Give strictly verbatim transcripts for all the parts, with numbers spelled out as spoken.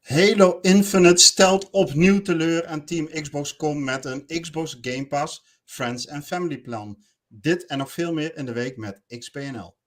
Halo Infinite stelt opnieuw teleur en Team Xbox komt met een Xbox Game Pass Friends and Family plan. Dit en nog veel meer in de week met X P N L.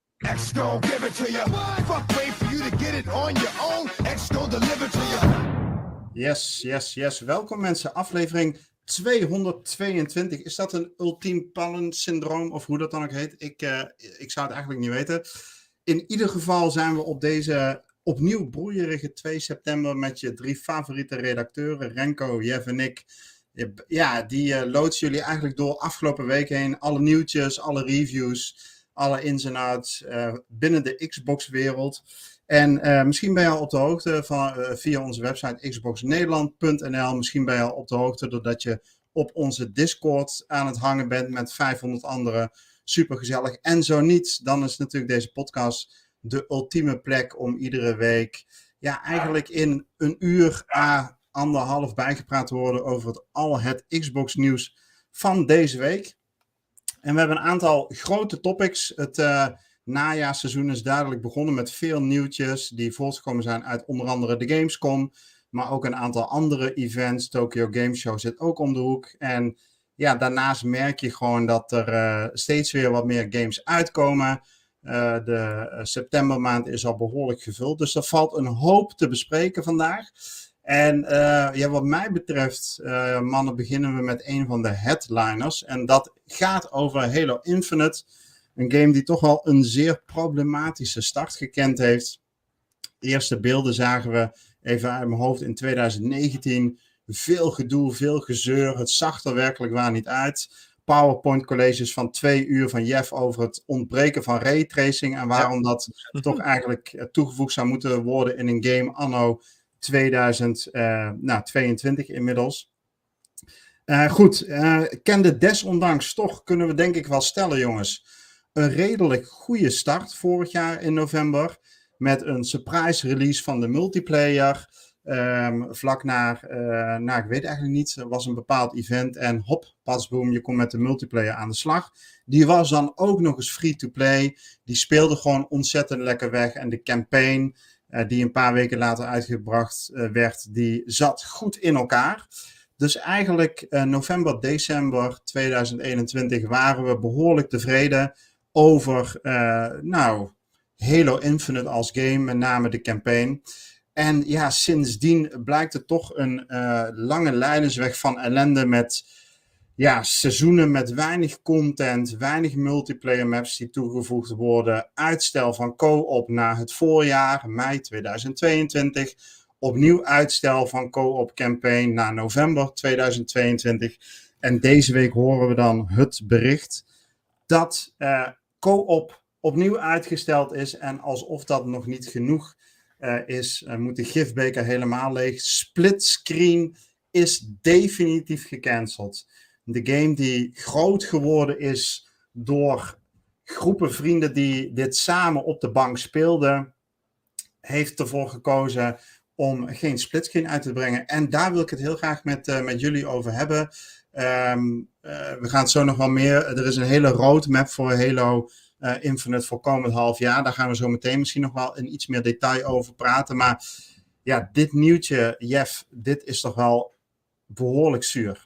Yes, yes, yes. Welkom mensen. Aflevering tweehonderdtweeëntwintig. Is dat een ultiem pallen-syndroom of hoe dat dan ook heet? Ik, uh, ik zou het eigenlijk niet weten. In ieder geval zijn we op deze opnieuw broeierige twee september met je drie favoriete redacteuren, Renko, Jeff en ik. Ja, die uh, loodsen jullie eigenlijk door afgelopen week heen. Alle nieuwtjes, alle reviews, alle ins en outs uh, binnen de Xbox-wereld. En uh, misschien ben je al op de hoogte van, uh, via onze website xbox nederland punt n l. Misschien ben je al op de hoogte doordat je op onze Discord aan het hangen bent met vijfhonderd anderen. Supergezellig. En zo niet, dan is natuurlijk deze podcast de ultieme plek om iedere week, ja, eigenlijk in een uur à anderhalf bijgepraat te worden over het, al het Xbox nieuws van deze week. En we hebben een aantal grote topics. Het uh, najaarseizoen is duidelijk begonnen met veel nieuwtjes die voortgekomen zijn uit onder andere de Gamescom, maar ook een aantal andere events. Tokyo Game Show zit ook om de hoek. En ja, daarnaast merk je gewoon dat er uh, steeds weer wat meer games uitkomen. Uh, de uh, septembermaand is al behoorlijk gevuld. Dus er valt een hoop te bespreken vandaag. En uh, ja, wat mij betreft, uh, mannen, beginnen we met een van de headliners. En dat gaat over Halo Infinite. Een game die toch wel een zeer problematische start gekend heeft. De eerste beelden zagen we even uit mijn hoofd in twintig negentien. Veel gedoe, veel gezeur. Het zag er werkelijk waar niet uit. PowerPoint colleges van twee uur van Jeff over het ontbreken van raytracing en waarom ja. dat toch eigenlijk toegevoegd zou moeten worden in een game anno tweeduizend tweeëntwintig inmiddels. Uh, goed, uh, kende desondanks toch, kunnen we denk ik wel stellen, jongens, een redelijk goede start vorig jaar in november met een surprise release van de multiplayer. Um, vlak na, uh, nou ik weet eigenlijk niet, er was een bepaald event en hop, pasboom, je komt met de multiplayer aan de slag. Die was dan ook nog eens free-to-play, die speelde gewoon ontzettend lekker weg en de campaign uh, die een paar weken later uitgebracht uh, werd, die zat goed in elkaar. Dus eigenlijk uh, november, december tweeduizend eenentwintig waren we behoorlijk tevreden over, uh, nou, Halo Infinite als game, met name de campaign. En ja, sindsdien blijkt het toch een uh, lange lijdensweg van ellende met ja, seizoenen met weinig content, weinig multiplayer maps die toegevoegd worden, uitstel van co-op naar het voorjaar, mei tweeduizend tweeëntwintig, opnieuw uitstel van co-op campaign naar november tweeduizend tweeëntwintig. En deze week horen we dan het bericht dat uh, co-op opnieuw uitgesteld is en alsof dat nog niet genoeg Uh, is, uh, moet de gifbeker helemaal leeg. Split Screen is definitief gecanceld. De game die groot geworden is door groepen vrienden die dit samen op de bank speelden, heeft ervoor gekozen om geen splitscreen uit te brengen. En daar wil ik het heel graag met, uh, met jullie over hebben. Um, uh, we gaan het zo nog wel meer. Er is een hele roadmap voor Halo Uh, Infinite voor komend half jaar. Daar gaan we zo meteen misschien nog wel in iets meer detail over praten. Maar ja, dit nieuwtje, Jeff, dit is toch wel behoorlijk zuur.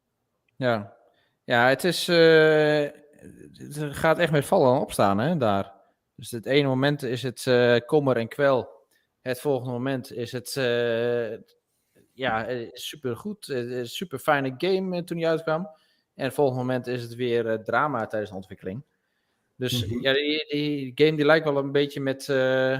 Ja, ja het is... Uh, het gaat echt met vallen en opstaan, hè, daar. Dus het ene moment is het uh, kommer en kwel. Het volgende moment is het... Uh, ja, supergoed. Uh, super fijne game uh, toen die uitkwam. En het volgende moment is het weer uh, drama tijdens de ontwikkeling. Dus mm-hmm. ja, die, die game die lijkt wel een beetje met uh,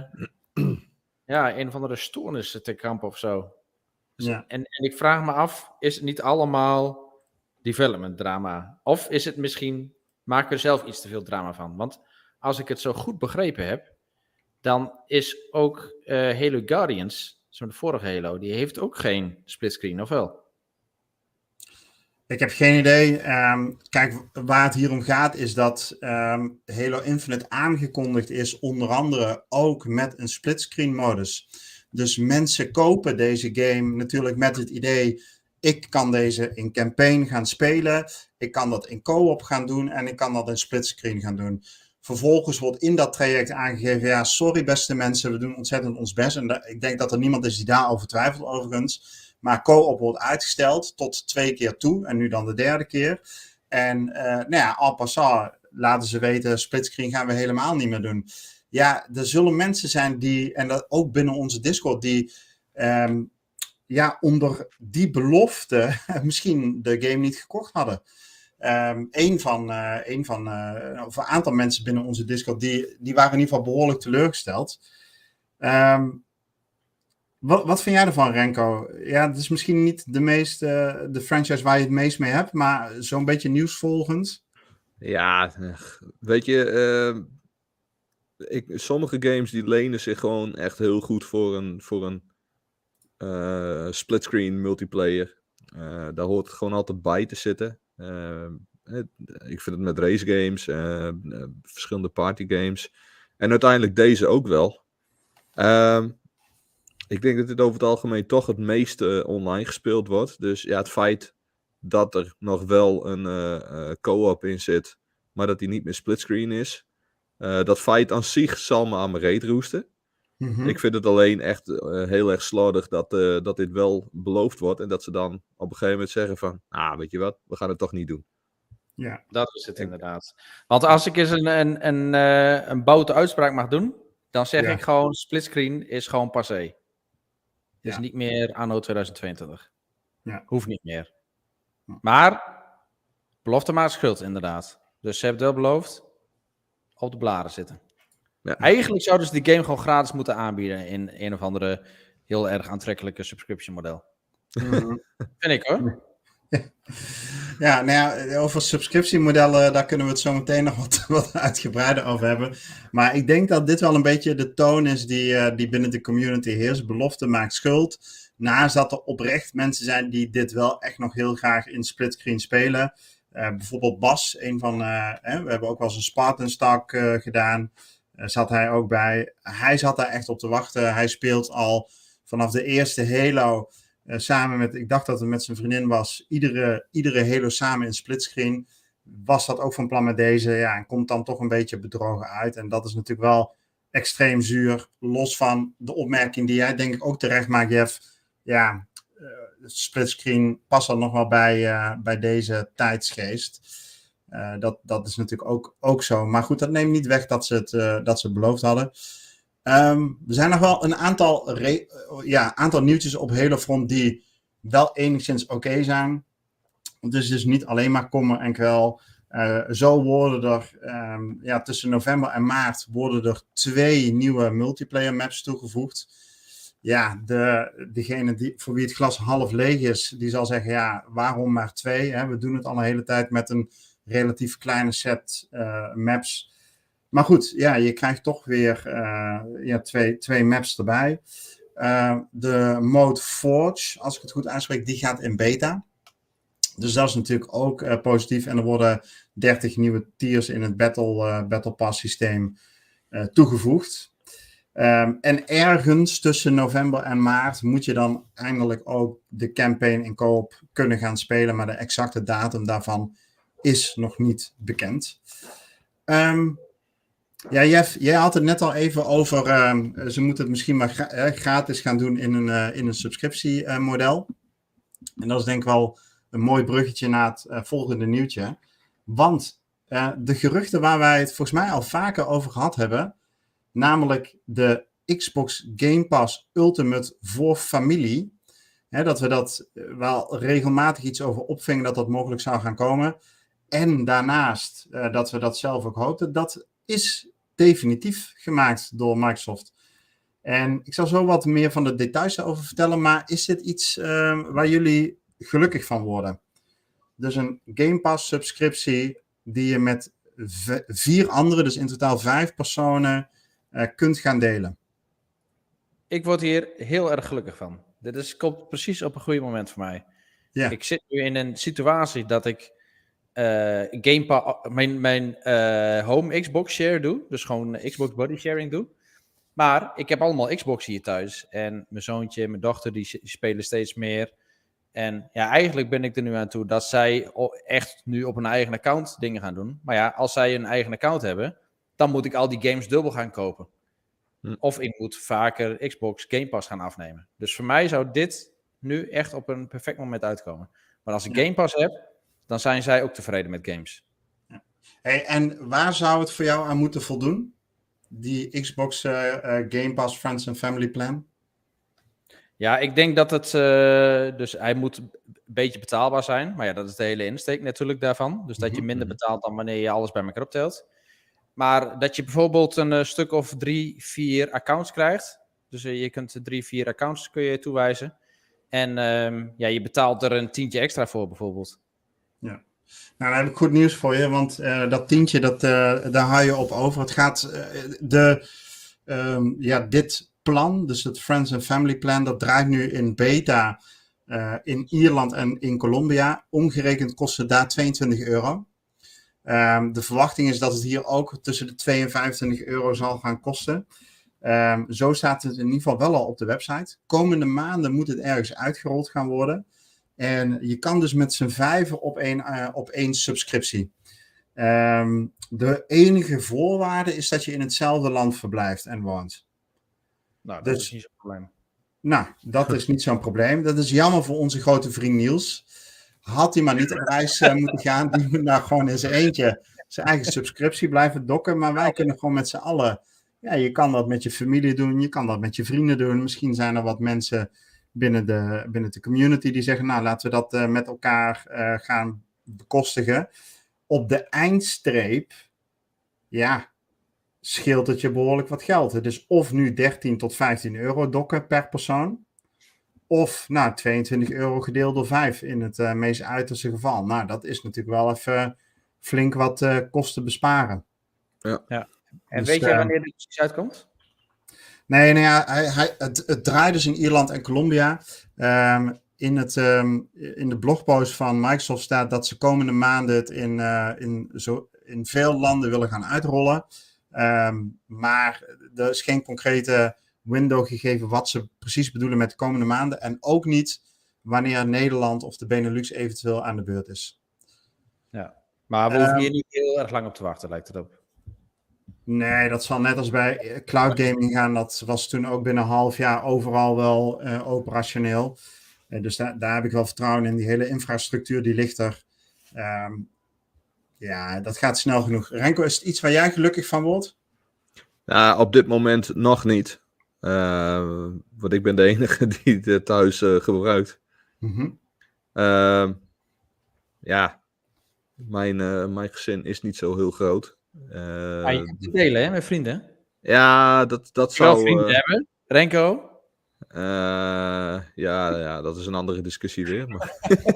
ja, een of andere stoornis te kampen of zo. Dus, ja. en, en ik vraag me af, is het niet allemaal development drama? Of is het misschien, maken we er zelf iets te veel drama van? Want als ik het zo goed begrepen heb, dan is ook uh, Halo Guardians, zo'n de vorige Halo, die heeft ook geen splitscreen, of wel? Ik heb geen idee. Um, kijk, waar het hier om gaat is dat um, Halo Infinite aangekondigd is, onder andere ook met een splitscreen modus. Dus mensen kopen deze game natuurlijk met het idee, ik kan deze in campaign gaan spelen, ik kan dat in co-op gaan doen en ik kan dat in splitscreen gaan doen. Vervolgens wordt in dat traject aangegeven, ja, sorry beste mensen, we doen ontzettend ons best. En da- ik denk dat er niemand is die daarover twijfelt overigens. Maar co-op wordt uitgesteld tot twee keer toe en nu dan de derde keer. En uh, nou ja, en passant laten ze weten, splitscreen gaan we helemaal niet meer doen. Ja, er zullen mensen zijn die, en dat ook binnen onze Discord, die um, ja, onder die belofte misschien de game niet gekocht hadden. Um, een van, uh, een, van uh, of een aantal mensen binnen onze Discord, die, die waren in ieder geval behoorlijk teleurgesteld. Um, wat, wat vind jij ervan, Renko? Ja, het is misschien niet de, meest, uh, de franchise waar je het meest mee hebt, maar zo'n beetje nieuwsvolgend. Ja, weet je, uh, ik, sommige games die lenen zich gewoon echt heel goed voor een, voor een uh, splitscreen multiplayer. Uh, daar hoort het gewoon altijd bij te zitten. Uh, ik vind het met race games, uh, uh, verschillende party games. En uiteindelijk deze ook wel. Uh, ik denk dat dit over het algemeen toch het meest uh, online gespeeld wordt. Dus ja, het feit dat er nog wel een uh, uh, co-op in zit, maar dat die niet meer splitscreen is. Uh, dat feit aan zich zal me aan mijn reet roesten. Mm-hmm. Ik vind het alleen echt uh, heel erg slordig dat, uh, dat dit wel beloofd wordt. En dat ze dan op een gegeven moment zeggen van, ah, weet je wat, we gaan het toch niet doen. Ja, dat is het inderdaad. Want als ik eens een, een, een, uh, een boute uitspraak mag doen, dan zeg ja. ik gewoon, splitscreen is gewoon passé. Is ja. niet meer anno tweeduizend tweeëntwintig. Ja. Hoeft niet meer. Maar, belofte maar schuld inderdaad. Dus ze hebben het wel beloofd, op de blaren zitten. Ja. Eigenlijk zouden ze die game gewoon gratis moeten aanbieden in een of andere heel erg aantrekkelijke subscription model. Mm-hmm. Vind ik hoor. Ja, nou ja, over subscriptiemodellen, daar kunnen we het zo meteen nog wat, wat uitgebreider over hebben. Maar ik denk dat dit wel een beetje de toon is die, uh, die binnen de community heerst. Belofte maakt schuld. Naast dat er oprecht mensen zijn die dit wel echt nog heel graag in splitscreen spelen. Uh, bijvoorbeeld Bas, een van, uh, hè, we hebben ook wel eens een Spartan Stark uh, gedaan. Uh, zat hij ook bij. Hij zat daar echt op te wachten. Hij speelt al vanaf de eerste Halo uh, samen met, ik dacht dat het met zijn vriendin was, iedere, iedere Halo samen in splitscreen. Was dat ook van plan met deze, ja, en komt dan toch een beetje bedrogen uit. En dat is natuurlijk wel extreem zuur. Los van de opmerking die jij denk ik ook terecht maakt, Jeff. Ja, uh, splitscreen past er nog wel bij, uh, bij deze tijdsgeest. Uh, dat, dat is natuurlijk ook, ook zo. Maar goed, dat neemt niet weg dat ze het, uh, dat ze het beloofd hadden. Um, er zijn nog wel een aantal, re- uh, ja, aantal nieuwtjes op Halo front die wel enigszins oké okay zijn. Dus het is niet alleen maar kommer en kwel. Uh, zo worden er um, ja, tussen november en maart worden er twee nieuwe multiplayer maps toegevoegd. Ja, de, degene die, voor wie het glas half leeg is, die zal zeggen, ja, waarom maar twee? Hè? We doen het al een hele tijd met een relatief kleine set uh, maps. Maar goed, ja, je krijgt toch weer uh, ja, twee, twee maps erbij. Uh, de mode Forge, als ik het goed uitspreek, die gaat in beta. Dus dat is natuurlijk ook uh, positief. En er worden dertig nieuwe tiers in het Battle, uh, Battle Pass systeem uh, toegevoegd. Um, en ergens tussen november en maart moet je dan eindelijk ook de campaign in co-op kunnen gaan spelen. Maar de exacte datum daarvan is nog niet bekend. Um, ja, Jeff, jij had het net al even over, um, ze moeten het misschien maar gra- eh, gratis gaan doen in een, uh, in een subscriptiemodel. Uh, en dat is denk ik wel een mooi bruggetje naar het uh, volgende nieuwtje. Want uh, de geruchten waar wij het volgens mij al vaker over gehad hebben, namelijk de Xbox Game Pass Ultimate voor familie, hè, dat we dat wel regelmatig iets over opvingen dat dat mogelijk zou gaan komen. En daarnaast uh, dat we dat zelf ook hoopten, dat is definitief gemaakt door Microsoft. En ik zal zo wat meer van de details daarover vertellen, maar is dit iets uh, waar jullie gelukkig van worden? Dus een Game Pass subscriptie die je met v- vier andere, dus in totaal vijf personen, uh, kunt gaan delen. Ik word hier heel erg gelukkig van. Dit is, komt precies op een goede moment voor mij. Ja. Ik zit nu in een situatie dat ik uh, Game Pass, mijn, mijn uh, home Xbox share doe. Dus gewoon Xbox body sharing doe. Maar ik heb allemaal Xbox hier thuis. En mijn zoontje en mijn dochter die, die spelen steeds meer. En ja, eigenlijk ben ik er nu aan toe dat zij echt nu op hun eigen account dingen gaan doen. Maar ja, als zij een eigen account hebben, dan moet ik al die games dubbel gaan kopen. Hm. Of ik moet vaker Xbox Game Pass gaan afnemen. Dus voor mij zou dit nu echt op een perfect moment uitkomen. Maar als ik Ja. Game Pass heb, dan zijn zij ook tevreden met games. Hey, en waar zou het voor jou aan moeten voldoen? Die Xbox uh, uh, Game Pass Friends and Family Plan? Ja, ik denk dat het... Uh, dus hij moet een beetje betaalbaar zijn. Maar ja, dat is de hele insteek natuurlijk daarvan. Dus dat je minder betaalt dan wanneer je alles bij elkaar optelt. Maar dat je bijvoorbeeld een uh, stuk of drie, vier accounts krijgt. Dus uh, je kunt drie, vier accounts kun je toewijzen. En um, ja, je betaalt er een tientje extra voor bijvoorbeeld. Ja. Nou, dan heb ik goed nieuws voor je, want uh, dat tientje, dat, uh, daar hou je op over. Het gaat, uh, de, um, ja, dit plan, dus het Friends and Family Plan, dat draait nu in beta uh, in Ierland en in Colombia. Omgerekend kost het daar tweeëntwintig euro. Um, de verwachting is dat het hier ook tussen de twee en vijfentwintig euro zal gaan kosten. Um, zo staat het in ieder geval wel al op de website. Komende maanden moet het ergens uitgerold gaan worden. En je kan dus met z'n vijven op één, uh, op één subscriptie. Um, de enige voorwaarde is dat je in hetzelfde land verblijft en woont. Nou, dat dus, is niet zo'n probleem. Nou, dat is niet zo'n probleem. Dat is jammer voor onze grote vriend Niels. Had hij maar niet op reis uh, moeten gaan. Die moet nou gewoon in zijn eentje zijn eigen subscriptie blijven dokken. Maar wij kunnen gewoon met z'n allen... Ja, je kan dat met je familie doen. Je kan dat met je vrienden doen. Misschien zijn er wat mensen binnen de, binnen de community die zeggen... Nou, laten we dat uh, met elkaar uh, gaan bekostigen. Op de eindstreep... Ja, scheelt het je behoorlijk wat geld. Het is of nu dertien tot vijftien euro dokken per persoon... Of nou, tweeëntwintig euro gedeeld door vijf in het uh, meest uiterste geval. Nou, dat is natuurlijk wel even flink wat uh, kosten besparen. Ja. ja. En dus, weet jij uh, wanneer dit precies uitkomt? Nee, nou ja, hij, hij, het, het draait dus in Ierland en Colombia. Um, in, het, um, in de blogpost van Microsoft staat dat ze komende maanden het in, uh, in, zo, in veel landen willen gaan uitrollen. Um, maar er is geen concrete... window gegeven wat ze precies bedoelen met de komende maanden. En ook niet wanneer Nederland of de Benelux eventueel aan de beurt is. Ja, maar we hoeven um, hier niet heel erg lang op te wachten, lijkt het op. Nee, dat zal net als bij cloud gaming gaan. Dat was toen ook binnen een half jaar overal wel uh, operationeel. Uh, dus da- daar heb ik wel vertrouwen in. Die hele infrastructuur die ligt er. Um, ja, dat gaat snel genoeg. Renko, is het iets waar jij gelukkig van wordt? Nou, op dit moment nog niet. Uh, want ik ben de enige die het thuis uh, gebruikt. Mm-hmm. Uh, ja, mijn, uh, mijn gezin is niet zo heel groot. Uh, ah, je kunt het delen, hè, met vrienden? Ja, dat, dat je zou... wel vrienden uh, hebben, Renko? Uh, ja, ja, dat is een andere discussie weer. Maar...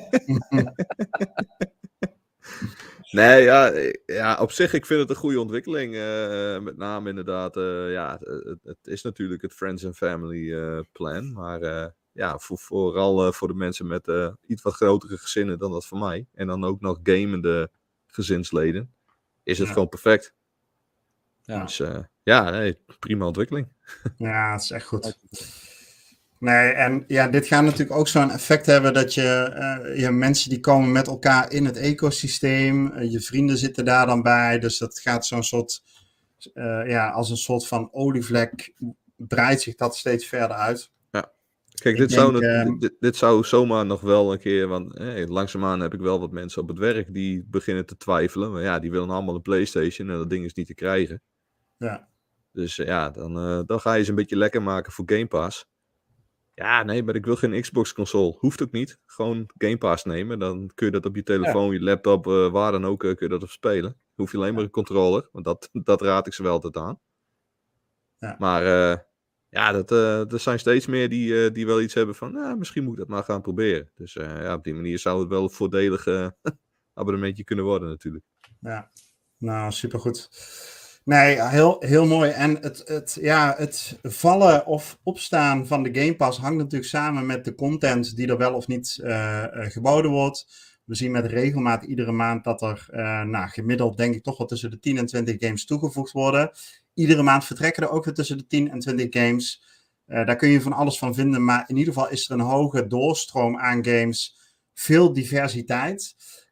Nee, ja, ja, op zich, ik vind het een goede ontwikkeling. Uh, met name inderdaad, uh, ja, het, het is natuurlijk het Friends and Family uh, plan. Maar uh, ja, voor, vooral uh, voor de mensen met uh, iets wat grotere gezinnen dan dat van mij. En dan ook nog gamende gezinsleden. Is het ja. gewoon perfect. Ja, dus uh, ja, nee, prima ontwikkeling. Ja, het is echt goed. Nee, en ja, dit gaat natuurlijk ook zo'n effect hebben dat je, uh, je mensen die komen met elkaar in het ecosysteem, uh, je vrienden zitten daar dan bij, dus dat gaat zo'n soort, uh, ja, als een soort van olievlek breidt zich dat steeds verder uit. Ja, kijk, dit, denk, zou, uh, dit, dit zou zomaar nog wel een keer, want hey, langzaamaan heb ik wel wat mensen op het werk die beginnen te twijfelen, maar ja, die willen allemaal een PlayStation en dat ding is niet te krijgen. Ja. Dus uh, ja, dan, uh, dan ga je ze een beetje lekker maken voor Game Pass. Ja, nee, maar ik wil geen Xbox-console. Hoeft ook niet. Gewoon Game Pass nemen. Dan kun je dat op je telefoon, ja. je laptop, uh, waar dan ook, uh, kun je dat op spelen. Hoef je alleen maar een controller. Want dat, dat raad ik ze wel altijd aan. Ja. Maar uh, ja, dat, uh, er zijn steeds meer die, uh, die wel iets hebben van... Nou, misschien moet ik dat maar gaan proberen. Dus uh, ja, op die manier zou het wel een voordelig uh, abonnementje kunnen worden natuurlijk. Ja, nou, supergoed. Nee, heel, heel mooi. En het, het, ja, het vallen of opstaan van de Game Pass hangt natuurlijk samen met de content die er wel of niet uh, uh, geboden wordt. We zien met regelmaat iedere maand dat er uh, nou, gemiddeld denk ik toch wel tussen de tien en twintig games toegevoegd worden. Iedere maand vertrekken er ook weer tussen de tien en twintig games. Uh, daar kun je van alles van vinden, maar in ieder geval is er een hoge doorstroom aan games. Veel diversiteit.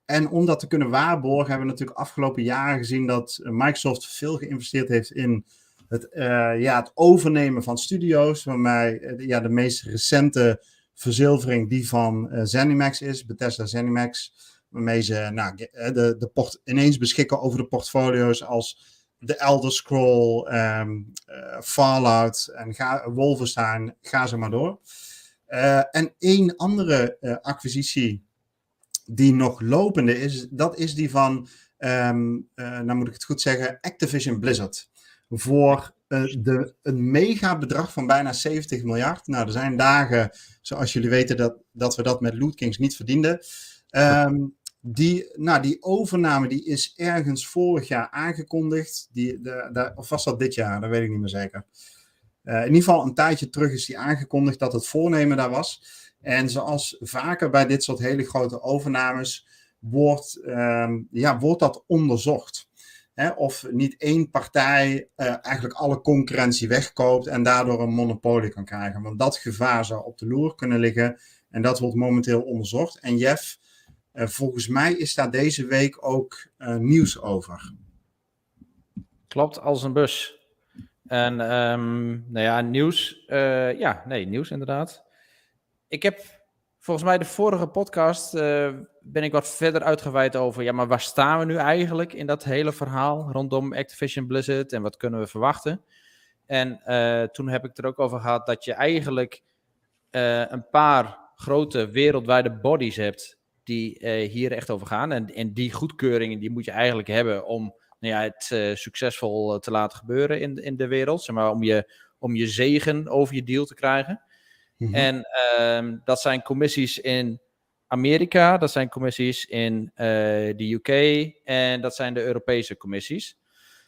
en om dat te kunnen waarborgen hebben we natuurlijk afgelopen jaren gezien dat Microsoft veel geïnvesteerd heeft in het, uh, ja, het overnemen van studio's. Waarmee uh, ja, de meest recente verzilvering die van uh, ZeniMax is, Bethesda ZeniMax. Waarmee ze nou, de, de port, ineens beschikken over de portfolio's als The Elder Scroll, um, uh, Fallout en ga, Wolfenstein, ga zo maar door. Uh, en één andere uh, acquisitie die nog lopende is, dat is die van, um, uh, nou moet ik het goed zeggen, Activision Blizzard. Voor uh, de, een mega bedrag van bijna zeventig miljard. Nou, er zijn dagen, zoals jullie weten, dat, dat we dat met Loot Kings niet verdienden. Um, die, nou, die overname die is ergens vorig jaar aangekondigd. Die, de, de, of was dat dit jaar? Dat weet ik niet meer zeker. Uh, in ieder geval een tijdje terug is die aangekondigd dat het voornemen daar was. En zoals vaker bij dit soort hele grote overnames wordt, um, ja, wordt dat onderzocht. Hè? Of niet één partij uh, eigenlijk alle concurrentie wegkoopt en daardoor een monopolie kan krijgen. Want dat gevaar zou op de loer kunnen liggen en dat wordt momenteel onderzocht. En Jeff, uh, volgens mij is daar deze week ook uh, nieuws over. Klopt, als een bus. En um, nou ja, nieuws. Uh, ja, nee, nieuws inderdaad. Ik heb volgens mij de vorige podcast uh, ben ik wat verder uitgeweid over, ja, maar waar staan we nu eigenlijk in dat hele verhaal rondom Activision Blizzard en wat kunnen we verwachten? En uh, toen heb ik het er ook over gehad dat je eigenlijk uh, een paar grote wereldwijde bodies hebt die uh, hier echt over gaan. En, en die goedkeuringen die moet je eigenlijk hebben om nou ja, het uh, succesvol te laten gebeuren in, in de wereld. Zeg maar, om je, om je zegen over je deal te krijgen. Mm-hmm. En um, dat zijn commissies in Amerika, dat zijn commissies in uh, de U K en dat zijn de Europese commissies.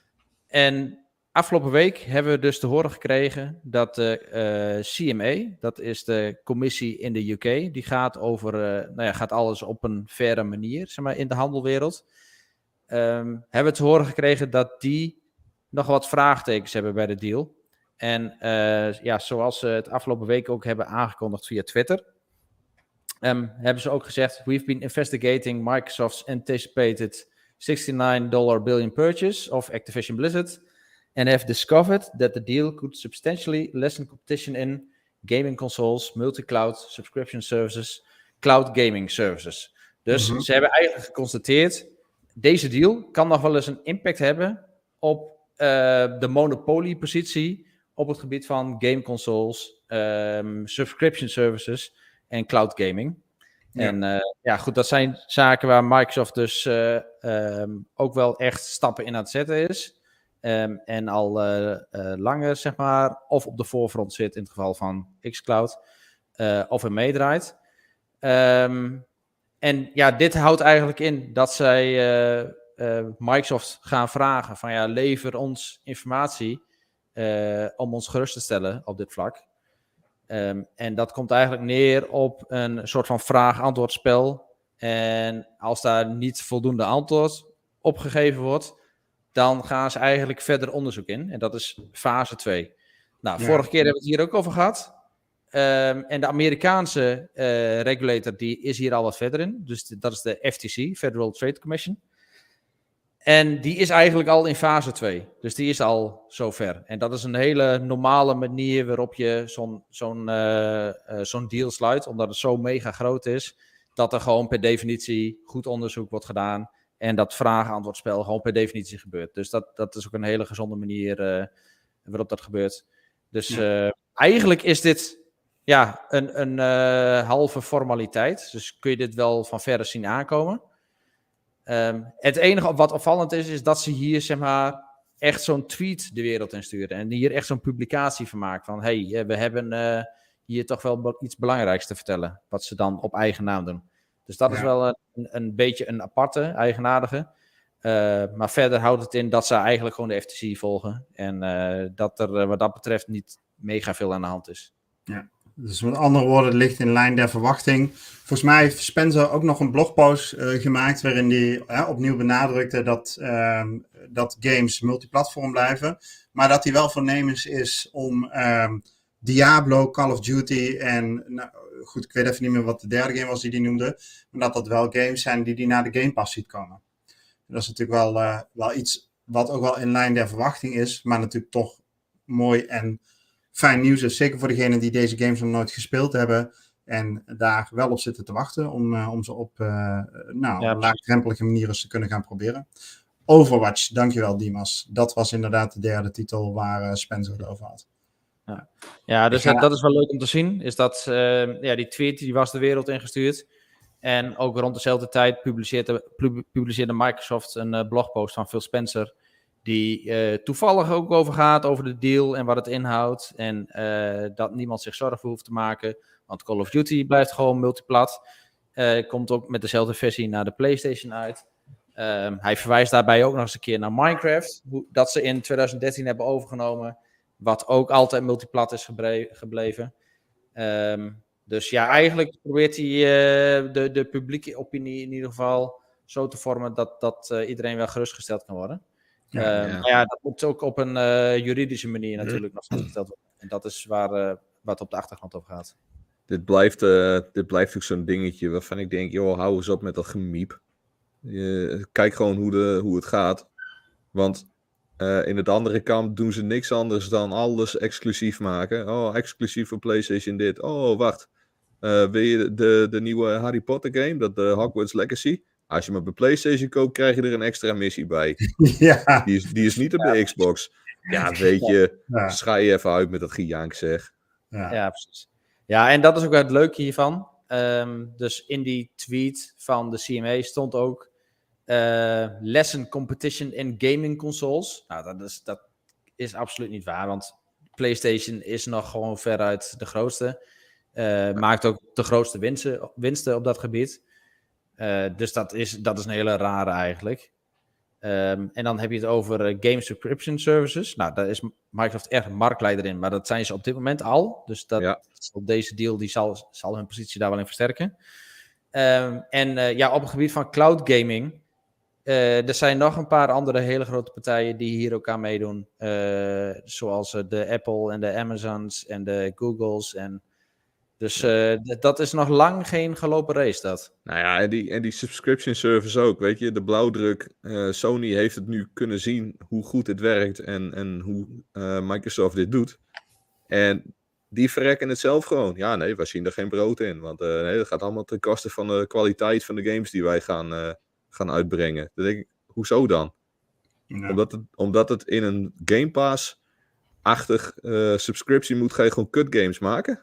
En afgelopen week hebben we dus te horen gekregen dat de uh, C M A, dat is de commissie in de U K, die gaat over, uh, nou ja, gaat alles op een faire manier, zeg maar, in de handelwereld. Um, hebben we te horen gekregen dat die nog wat vraagtekens hebben bij de deal. En uh, ja, zoals ze het afgelopen week ook hebben aangekondigd via Twitter, um, hebben ze ook gezegd, we've been investigating Microsoft's anticipated sixty-nine billion purchase of Activision Blizzard and have discovered that the deal could substantially lessen competition in gaming consoles, multi-cloud subscription services, cloud gaming services. Dus mm-hmm. ze hebben eigenlijk geconstateerd, deze deal kan nog wel eens een impact hebben op uh, de monopoliepositie op het gebied van game consoles, um, subscription services en cloud gaming. Ja. En uh, ja, goed, dat zijn zaken waar Microsoft dus uh, um, ook wel echt stappen in aan het zetten is. Um, en al uh, uh, langer, zeg maar, of op de voorgrond zit in het geval van xCloud, uh, of er meedraait. Um, en ja, dit houdt eigenlijk in dat zij uh, uh, Microsoft gaan vragen van ja, lever ons informatie uh, om ons gerust te stellen op dit vlak. Um, en dat komt eigenlijk neer op een soort van vraag-antwoordspel. En als daar niet voldoende antwoord op gegeven wordt, dan gaan ze eigenlijk verder onderzoek in. En dat is fase twee. Nou, ja. Vorige keer hebben we het hier ook over gehad. Um, en de Amerikaanse uh, regulator die is hier al wat verder in. Dus de, dat is de F T C, Federal Trade Commission. En die is eigenlijk al in fase twee. Dus die is al zover. En dat is een hele normale manier waarop je zo'n, zo'n, uh, uh, zo'n deal sluit. Omdat het zo mega groot is, dat er gewoon per definitie goed onderzoek wordt gedaan. En dat vraag-antwoordspel gewoon per definitie gebeurt. Dus dat, dat is ook een hele gezonde manier uh, waarop dat gebeurt. Dus uh, ja. eigenlijk is dit ja, een, een uh, halve formaliteit. Dus kun je dit wel van verre zien aankomen. Um, het enige wat opvallend is, is dat ze hier zeg maar echt zo'n tweet de wereld in sturen. En hier echt zo'n publicatie van maken. Van hey, we hebben uh, hier toch wel iets belangrijks te vertellen. Wat ze dan op eigen naam doen. Dus dat ja. is wel een, een beetje een aparte, eigenaardige. Uh, maar verder houdt het in dat ze eigenlijk gewoon de F T C volgen. En uh, dat er uh, wat dat betreft niet mega veel aan de hand is. Ja. Dus met andere woorden, het ligt in lijn der verwachting. Volgens mij heeft Spencer ook nog een blogpost uh, gemaakt waarin hij uh, opnieuw benadrukte dat, uh, dat games multiplatform blijven. Maar dat hij wel voornemens is om uh, Diablo, Call of Duty en nou, goed, ik weet even niet meer wat de derde game was die hij noemde, maar dat dat wel games zijn die hij naar de Game Pass ziet komen. Dat is natuurlijk wel, uh, wel iets wat ook wel in lijn der verwachting is, maar natuurlijk toch mooi en fijn nieuws is. Zeker voor degenen die deze games nog nooit gespeeld hebben en daar wel op zitten te wachten om, uh, om ze op uh, nou, ja, laagdrempelige manieren te kunnen gaan proberen. Overwatch, dankjewel Dimas. Dat was inderdaad de derde titel waar uh, Spencer het over had. Ja, ja dus ga... dat is wel leuk om te zien. Is dat, uh, ja, die tweet die was de wereld ingestuurd. En ook rond dezelfde tijd publiceerde, publiceerde Microsoft een uh, blogpost van Phil Spencer. Die uh, toevallig ook over gaat, over de deal en wat het inhoudt. En uh, dat niemand zich zorgen hoeft te maken. Want Call of Duty blijft gewoon multiplat. Uh, komt ook met dezelfde versie naar de PlayStation uit. Um, hij verwijst daarbij ook nog eens een keer naar Minecraft. Hoe, dat ze in twintig dertien hebben overgenomen. Wat ook altijd multiplat is gebre- gebleven. Um, dus ja, eigenlijk probeert hij uh, de, de publieke opinie in ieder geval zo te vormen dat, dat uh, iedereen wel gerustgesteld kan worden. Ja, um, ja. Maar ja, dat moet ook op een uh, juridische manier natuurlijk nog gesteld worden. En dat is waar uh, wat op de achtergrond over gaat. Dit blijft, uh, dit blijft ook zo'n dingetje waarvan ik denk, joh, hou eens op met dat gemiep. Je, kijk gewoon hoe, de, hoe het gaat. Want uh, in het andere kamp doen ze niks anders dan alles exclusief maken. Oh, exclusief voor PlayStation dit. Oh, wacht. Uh, wil je de, de nieuwe Harry Potter game, dat de Hogwarts Legacy? Als je hem op de PlayStation koopt, krijg je er een extra missie bij. Ja. Die is, die is niet op de ja. Xbox. Ja, weet je, ja. Schaai je even uit met dat gejank, zeg. Ja. ja, precies. Ja, en dat is ook het leuke hiervan. Um, dus in die tweet van de C M A stond ook uh, Lesson Competition in Gaming Consoles. Nou, dat is, dat is absoluut niet waar, want PlayStation is nog gewoon veruit de grootste. Uh, maakt ook de grootste winsten, winsten op dat gebied. Uh, dus dat is, dat is een hele rare eigenlijk. Um, en dan heb je het over uh, Game Subscription Services. Nou, daar is Microsoft echt marktleider in, maar dat zijn ze op dit moment al. Dus dat, ja. deze deal die zal, zal hun positie daar wel in versterken. Um, en uh, ja, op het gebied van cloud gaming, uh, er zijn nog een paar andere hele grote partijen die hier ook aan meedoen. Uh, zoals uh, de Apple en de Amazons en de Googles en... Dus uh, d- dat is nog lang geen gelopen race, dat. Nou ja, en die, en die subscription service ook, weet je. De blauwdruk, uh, Sony heeft het nu kunnen zien hoe goed dit werkt en, en hoe uh, Microsoft dit doet. En die verrekken het zelf gewoon. Ja, nee, wij zien er geen brood in. Want uh, nee, dat gaat allemaal ten koste van de kwaliteit van de games die wij gaan, uh, gaan uitbrengen. Dan denk ik, hoezo dan? Ja. Omdat, het, omdat het in een Game Pass-achtig uh, subscription moet, ga je gewoon kut games maken?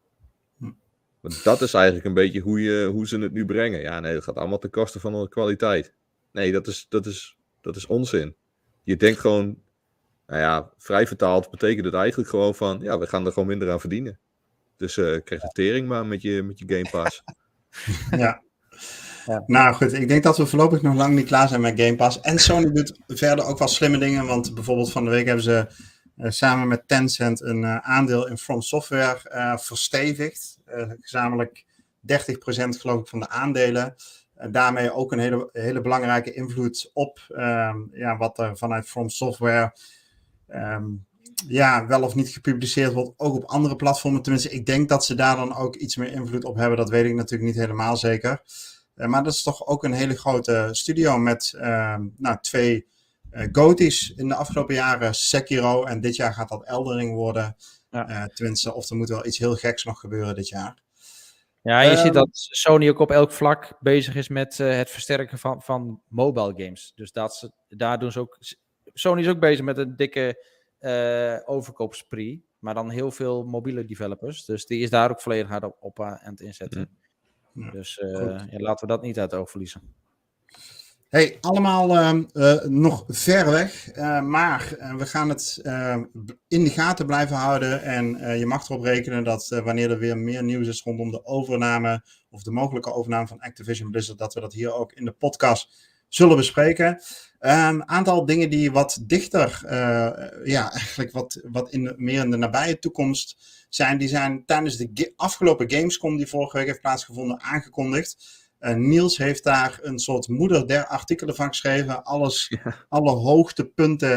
Want dat is eigenlijk een beetje hoe, je, hoe ze het nu brengen. Ja, nee, dat gaat allemaal ten koste van de kwaliteit. Nee, dat is, dat is, dat is onzin. Je denkt gewoon, nou ja, vrij vertaald betekent het eigenlijk gewoon van, ja, we gaan er gewoon minder aan verdienen. Dus uh, krijg de tering maar met je, met je Game Pass. Ja. Ja. Nou goed, ik denk dat we voorlopig nog lang niet klaar zijn met Game Pass. En Sony doet verder ook wel slimme dingen, want bijvoorbeeld van de week hebben ze uh, samen met Tencent een uh, aandeel in From Software uh, verstevigd. Uh, gezamenlijk dertig procent geloof ik van de aandelen. Uh, daarmee ook een hele, hele belangrijke invloed op um, ja, wat er vanuit From Software um, ja, wel of niet gepubliceerd wordt. Ook op andere platformen. Tenminste, ik denk dat ze daar dan ook iets meer invloed op hebben. Dat weet ik natuurlijk niet helemaal zeker. Uh, maar dat is toch ook een hele grote studio met uh, nou, twee uh, GOTY's in de afgelopen jaren. Sekiro en dit jaar gaat dat Elden Ring worden. Ja. Uh, tenminste, of er moet wel iets heel geks nog gebeuren dit jaar. Ja, je uh, ziet dat Sony ook op elk vlak bezig is met uh, het versterken van, van mobile games. Dus dat ze, daar doen ze ook... Sony is ook bezig met een dikke uh, overkoopspree. Maar dan heel veel mobiele developers. Dus die is daar ook volledig hard op, op aan het inzetten. Ja. Dus uh, ja, laten we dat niet uit het oog verliezen. Hey, allemaal uh, uh, nog ver weg, uh, maar uh, we gaan het uh, in de gaten blijven houden en uh, je mag erop rekenen dat uh, wanneer er weer meer nieuws is rondom de overname of de mogelijke overname van Activision Blizzard, dat we dat hier ook in de podcast zullen bespreken. Een um, aantal dingen die wat dichter, uh, ja, eigenlijk wat, wat in de, meer in de nabije toekomst zijn, die zijn tijdens de ge- afgelopen Gamescom die vorige week heeft plaatsgevonden aangekondigd. Uh, Niels heeft daar een soort moeder der artikelen van geschreven. Alles, ja. Alle hoogtepunten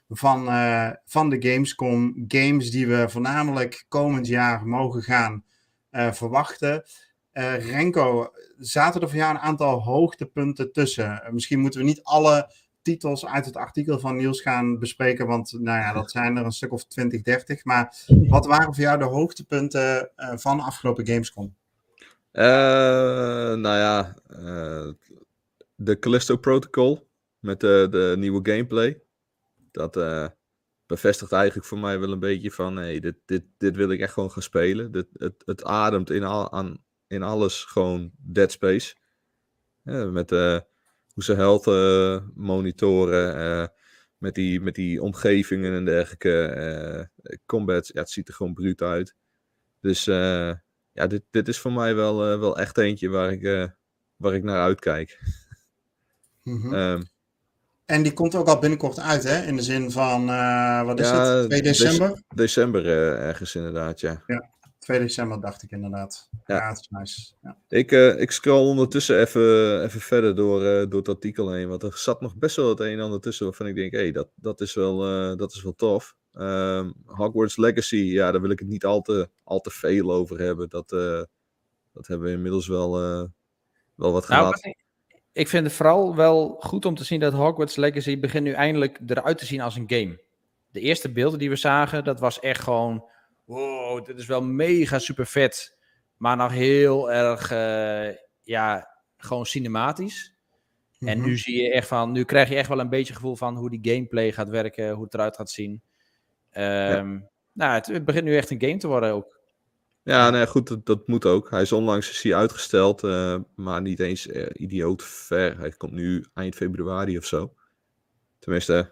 van, uh, van de Gamescom. Games die we voornamelijk komend jaar mogen gaan uh, verwachten. Uh, Renko, zaten er voor jou een aantal hoogtepunten tussen? Uh, misschien moeten we niet alle titels uit het artikel van Niels gaan bespreken, want nou ja, dat zijn er een stuk of twintig, dertig. Maar wat waren voor jou de hoogtepunten uh, van afgelopen Gamescom? Uh, nou ja, uh, de Callisto Protocol met de, de nieuwe gameplay. Dat uh, bevestigt eigenlijk voor mij wel een beetje van, hey, dit, dit, dit wil ik echt gewoon gaan spelen. Dit, het, het ademt in, al, aan, in alles gewoon Dead Space. Ja, met uh, hoe ze health uh, monitoren, uh, met, die, met die omgevingen en dergelijke. Uh, combat, ja, het ziet er gewoon bruut uit. Dus uh, ja, dit, dit is voor mij wel, uh, wel echt eentje waar ik, uh, waar ik naar uitkijk. Mm-hmm. um, En die komt ook al binnenkort uit, hè? In de zin van, uh, wat is ja, het? twee december? Dec- december uh, ergens inderdaad, ja. Ja, twee december dacht ik inderdaad. Ja, ja het is nice. Ja. Ik, uh, ik scroll ondertussen even, even verder door, uh, door het artikel heen, want er zat nog best wel het een en ander tussen waarvan ik denk, hé, hey, dat, dat, is wel, uh, dat is wel tof. Um, Hogwarts Legacy, ja, daar wil ik het niet al te, al te veel over hebben. Dat, uh, dat hebben we inmiddels wel, uh, wel wat nou, gehad. Ik, ik vind het vooral wel goed om te zien dat Hogwarts Legacy begint nu eindelijk eruit te zien als een game. De eerste beelden die we zagen, dat was echt gewoon, wow, dit is wel mega super vet. Maar nog heel erg, uh, ja, gewoon cinematisch. Mm-hmm. En nu zie je echt van, nu krijg je echt wel een beetje gevoel van hoe die gameplay gaat werken, hoe het eruit gaat zien. Um, ja. Nou, het, het begint nu echt een game te worden ook. Ja, nee, goed, dat, dat moet ook. Hij is onlangs is hij uitgesteld, uh, maar niet eens uh, idioot ver. Hij komt nu eind februari of zo. Tenminste,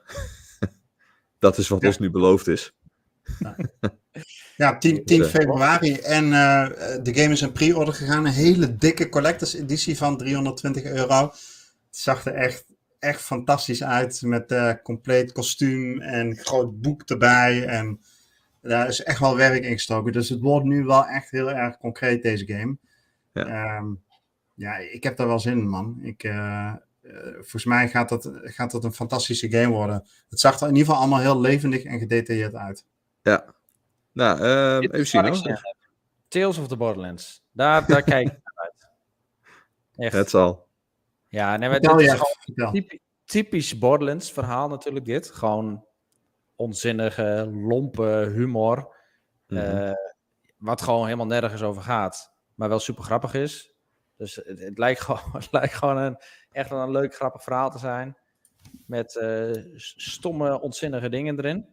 dat is wat ja. ons nu beloofd is. Ja, ja tien februari. En uh, de game is in pre-order gegaan. Een hele dikke collectors editie van driehonderdtwintig euro. Het zag er echt, echt fantastisch uit. Met uh, compleet kostuum en groot boek erbij. En daar is echt wel werk in gestoken. Dus het wordt nu wel echt heel erg concreet, deze game. Ja, um, ja ik heb daar wel zin in, man. Ik, uh, uh, volgens mij gaat dat, gaat dat een fantastische game worden. Het zag er in ieder geval allemaal heel levendig en gedetailleerd uit. Ja. Nou, uh, even zien hoor. Tales of the Borderlands. Daar, daar kijk ik naar uit. Echt. Het zal. Ja, nee, maar dit is gewoon typisch, typisch Borderlands verhaal natuurlijk dit. Gewoon onzinnige, lompe humor. Mm-hmm. Uh, wat gewoon helemaal nergens over gaat. Maar wel super grappig is. Dus het, het, lijkt, gewoon, het lijkt gewoon een, echt wel een leuk, grappig verhaal te zijn. Met uh, stomme, onzinnige dingen erin.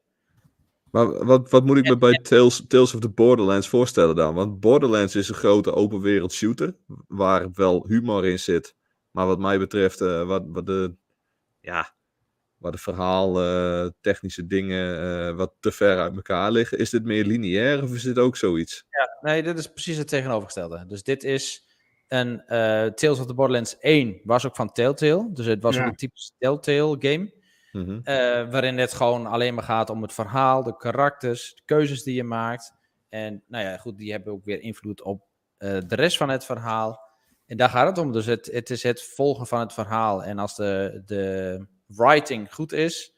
Maar wat, wat moet ik me bij Tales, Tales of the Borderlands voorstellen dan? Want Borderlands is een grote open wereld shooter. Waar wel humor in zit. Maar wat mij betreft, uh, wat, wat de... Ja... waar de verhaal, uh, technische dingen uh, wat te ver uit elkaar liggen. Is dit meer lineair of is dit ook zoiets? Ja, nee, dit is precies het tegenovergestelde. Dus dit is een uh, Tales of the Borderlands één, was ook van Telltale. Dus het was ja. ook een typisch Telltale game. Mm-hmm. Uh, waarin het gewoon alleen maar gaat om het verhaal, de karakters, de keuzes die je maakt. En nou ja, goed, die hebben ook weer invloed op uh, de rest van het verhaal. En daar gaat het om. Dus het, het is het volgen van het verhaal. En als de... de writing goed is,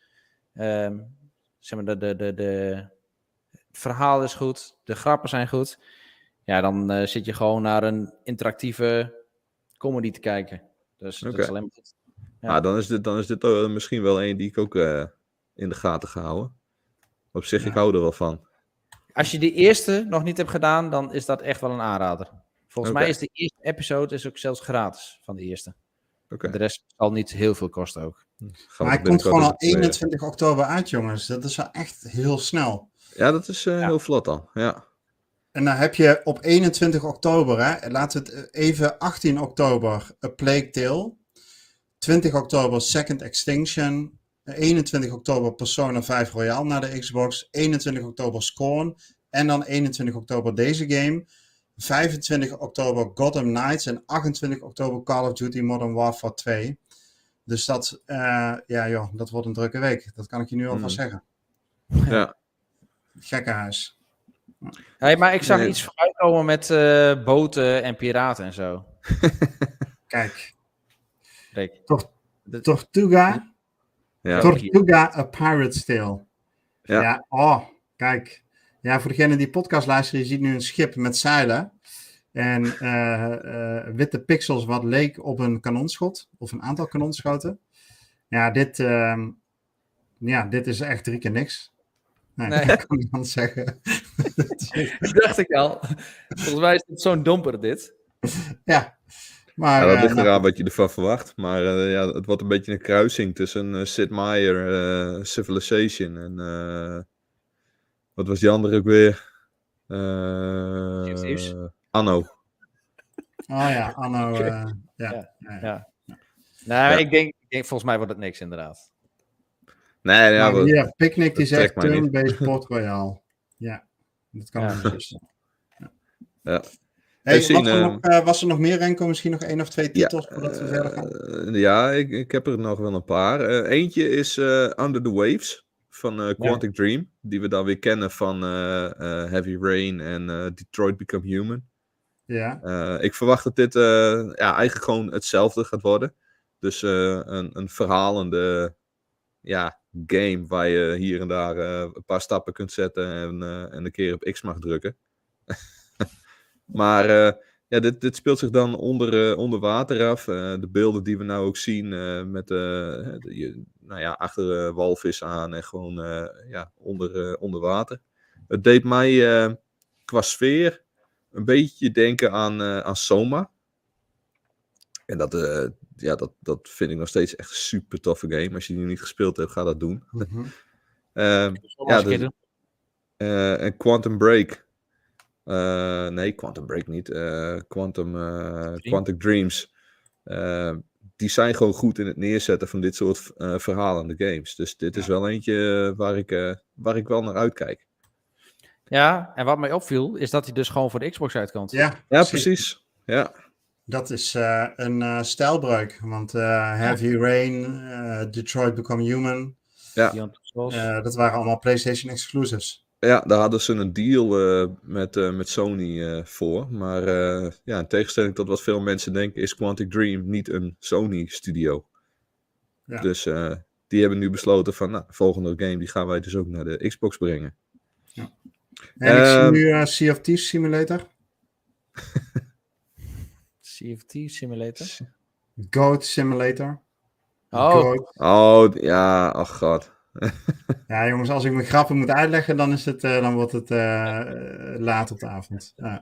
um, zeg maar, de, de, de, de, het verhaal is goed, de grappen zijn goed, ja, dan uh, zit je gewoon naar een interactieve comedy te kijken. Dus okay. Dat is alleen maar goed. Ja. Ah, dan is dit, dan is dit uh, misschien wel een die ik ook uh, in de gaten ga houden. Op zich, ja. Ik hou er wel van. Als je die eerste nog niet hebt gedaan, dan is dat echt wel een aanrader. Volgens okay. mij is de eerste episode is ook zelfs gratis van de eerste. Okay. De rest zal niet heel veel kosten ook. Maar hij komt gewoon al eenentwintig oktober uit, jongens. Dat is wel echt heel snel. Ja, dat is uh, ja. heel vlot dan. Ja. En dan heb je op eenentwintig oktober, hè, laten we het even achttien oktober, A Plague Tale. twintig oktober Second Extinction. eenentwintig oktober Persona vijf Royal naar de Xbox. eenentwintig oktober Scorn. En dan eenentwintig oktober deze game. vijfentwintig oktober Gotham Knights. En achtentwintig oktober Call of Duty Modern Warfare twee. Dus dat, uh, ja joh, dat wordt een drukke week. Dat kan ik je nu alvast mm. zeggen. Ja. Gekkenhuis. Hey, maar ik zag nee. iets vooruitkomen met uh, boten en piraten en zo. Kijk. Rick. Tor- Tortuga. Ja. Tortuga, A Pirate's Tale. Ja. Ja, oh, kijk. Ja, voor degene die podcast luisteren, je ziet nu een schip met zeilen. En uh, uh, witte pixels wat leek op een kanonschot. Of een aantal kanonschoten. Ja, dit, uh, ja, dit is echt drie keer niks. Nee, Nee. dat kan ik dan zeggen. Dat dacht ik al. Volgens mij is het zo'n domper, dit. Ja. Maar, ja, dat uh, ligt nou, eraan wat je ervan verwacht. Maar uh, ja, het wordt een beetje een kruising tussen uh, Sid Meier, uh, Civilization en... Uh, wat was die andere ook weer? Uh, Anno. oh ja, Anno. Uh, ja. Ja. Ja. Ja. Nou, Ja. ik, denk, ik denk, volgens mij wordt het niks, inderdaad. Nee, ja, Maar we- hier, Picnic die dat trekt zegt mij niet. turn-based Port Royale. Ja, dat kan Ja. ook dus. Ja. Ja. Hey, Even zien, wat er uh, nog, uh, was er nog meer, Renko? Misschien nog één of twee ja, titels voordat we verder gaan? uh, ja ik, ik heb er nog wel een paar. Uh, eentje is uh, Under the Waves van uh, Quantic Dream. Die we dan weer kennen van uh, uh, Heavy Rain en uh, Detroit Become Human. Ja. Uh, ik verwacht dat dit uh, ja, eigenlijk gewoon hetzelfde gaat worden. Dus uh, een, een verhalende ja, game waar je hier en daar uh, een paar stappen kunt zetten en, uh, en een keer op X mag drukken. maar uh, ja, dit, dit speelt zich dan onder, uh, onder water af. Uh, de beelden die we nou ook zien uh, met uh, de, je, nou ja, achter uh, walvis aan en gewoon uh, ja, onder, uh, onder water. Het deed mij uh, qua sfeer een beetje denken aan, uh, aan Soma. En dat, uh, ja, dat, dat vind ik nog steeds echt een super toffe game. Als je die niet gespeeld hebt, ga dat doen. Mm-hmm. uh, ja, de, uh, en Quantum Break. Uh, nee, Quantum Break niet. Uh, Quantum, uh, Dream. Quantic Dreams. Uh, die zijn gewoon goed in het neerzetten van dit soort uh, verhalende games. Dus dit ja. is wel eentje waar ik, uh, waar ik wel naar uitkijk. Ja, en wat mij opviel, is dat hij dus gewoon voor de Xbox uitkomt. Ja, ja precies. precies. Ja. Dat is uh, een uh, stijlbreuk. Want uh, Heavy ja. Rain, uh, Detroit Become Human. Ja. Uh, dat waren allemaal PlayStation exclusives. Ja, daar hadden ze een deal uh, met, uh, met Sony uh, voor. Maar uh, ja, in tegenstelling tot wat veel mensen denken, is Quantic Dream niet een Sony studio. Ja. Dus uh, die hebben nu besloten van, nou, de volgende game die gaan wij dus ook naar de Xbox brengen. Ja. En uh, ik zie nu uh, Sea of Thieves Simulator. Sea of Thieves Simulator? Goat Simulator. Oh, Goat. Oh ja, ach oh god. Ja, jongens, als ik mijn grappen moet uitleggen, dan, is het, uh, dan wordt het uh, laat op de avond. Ja.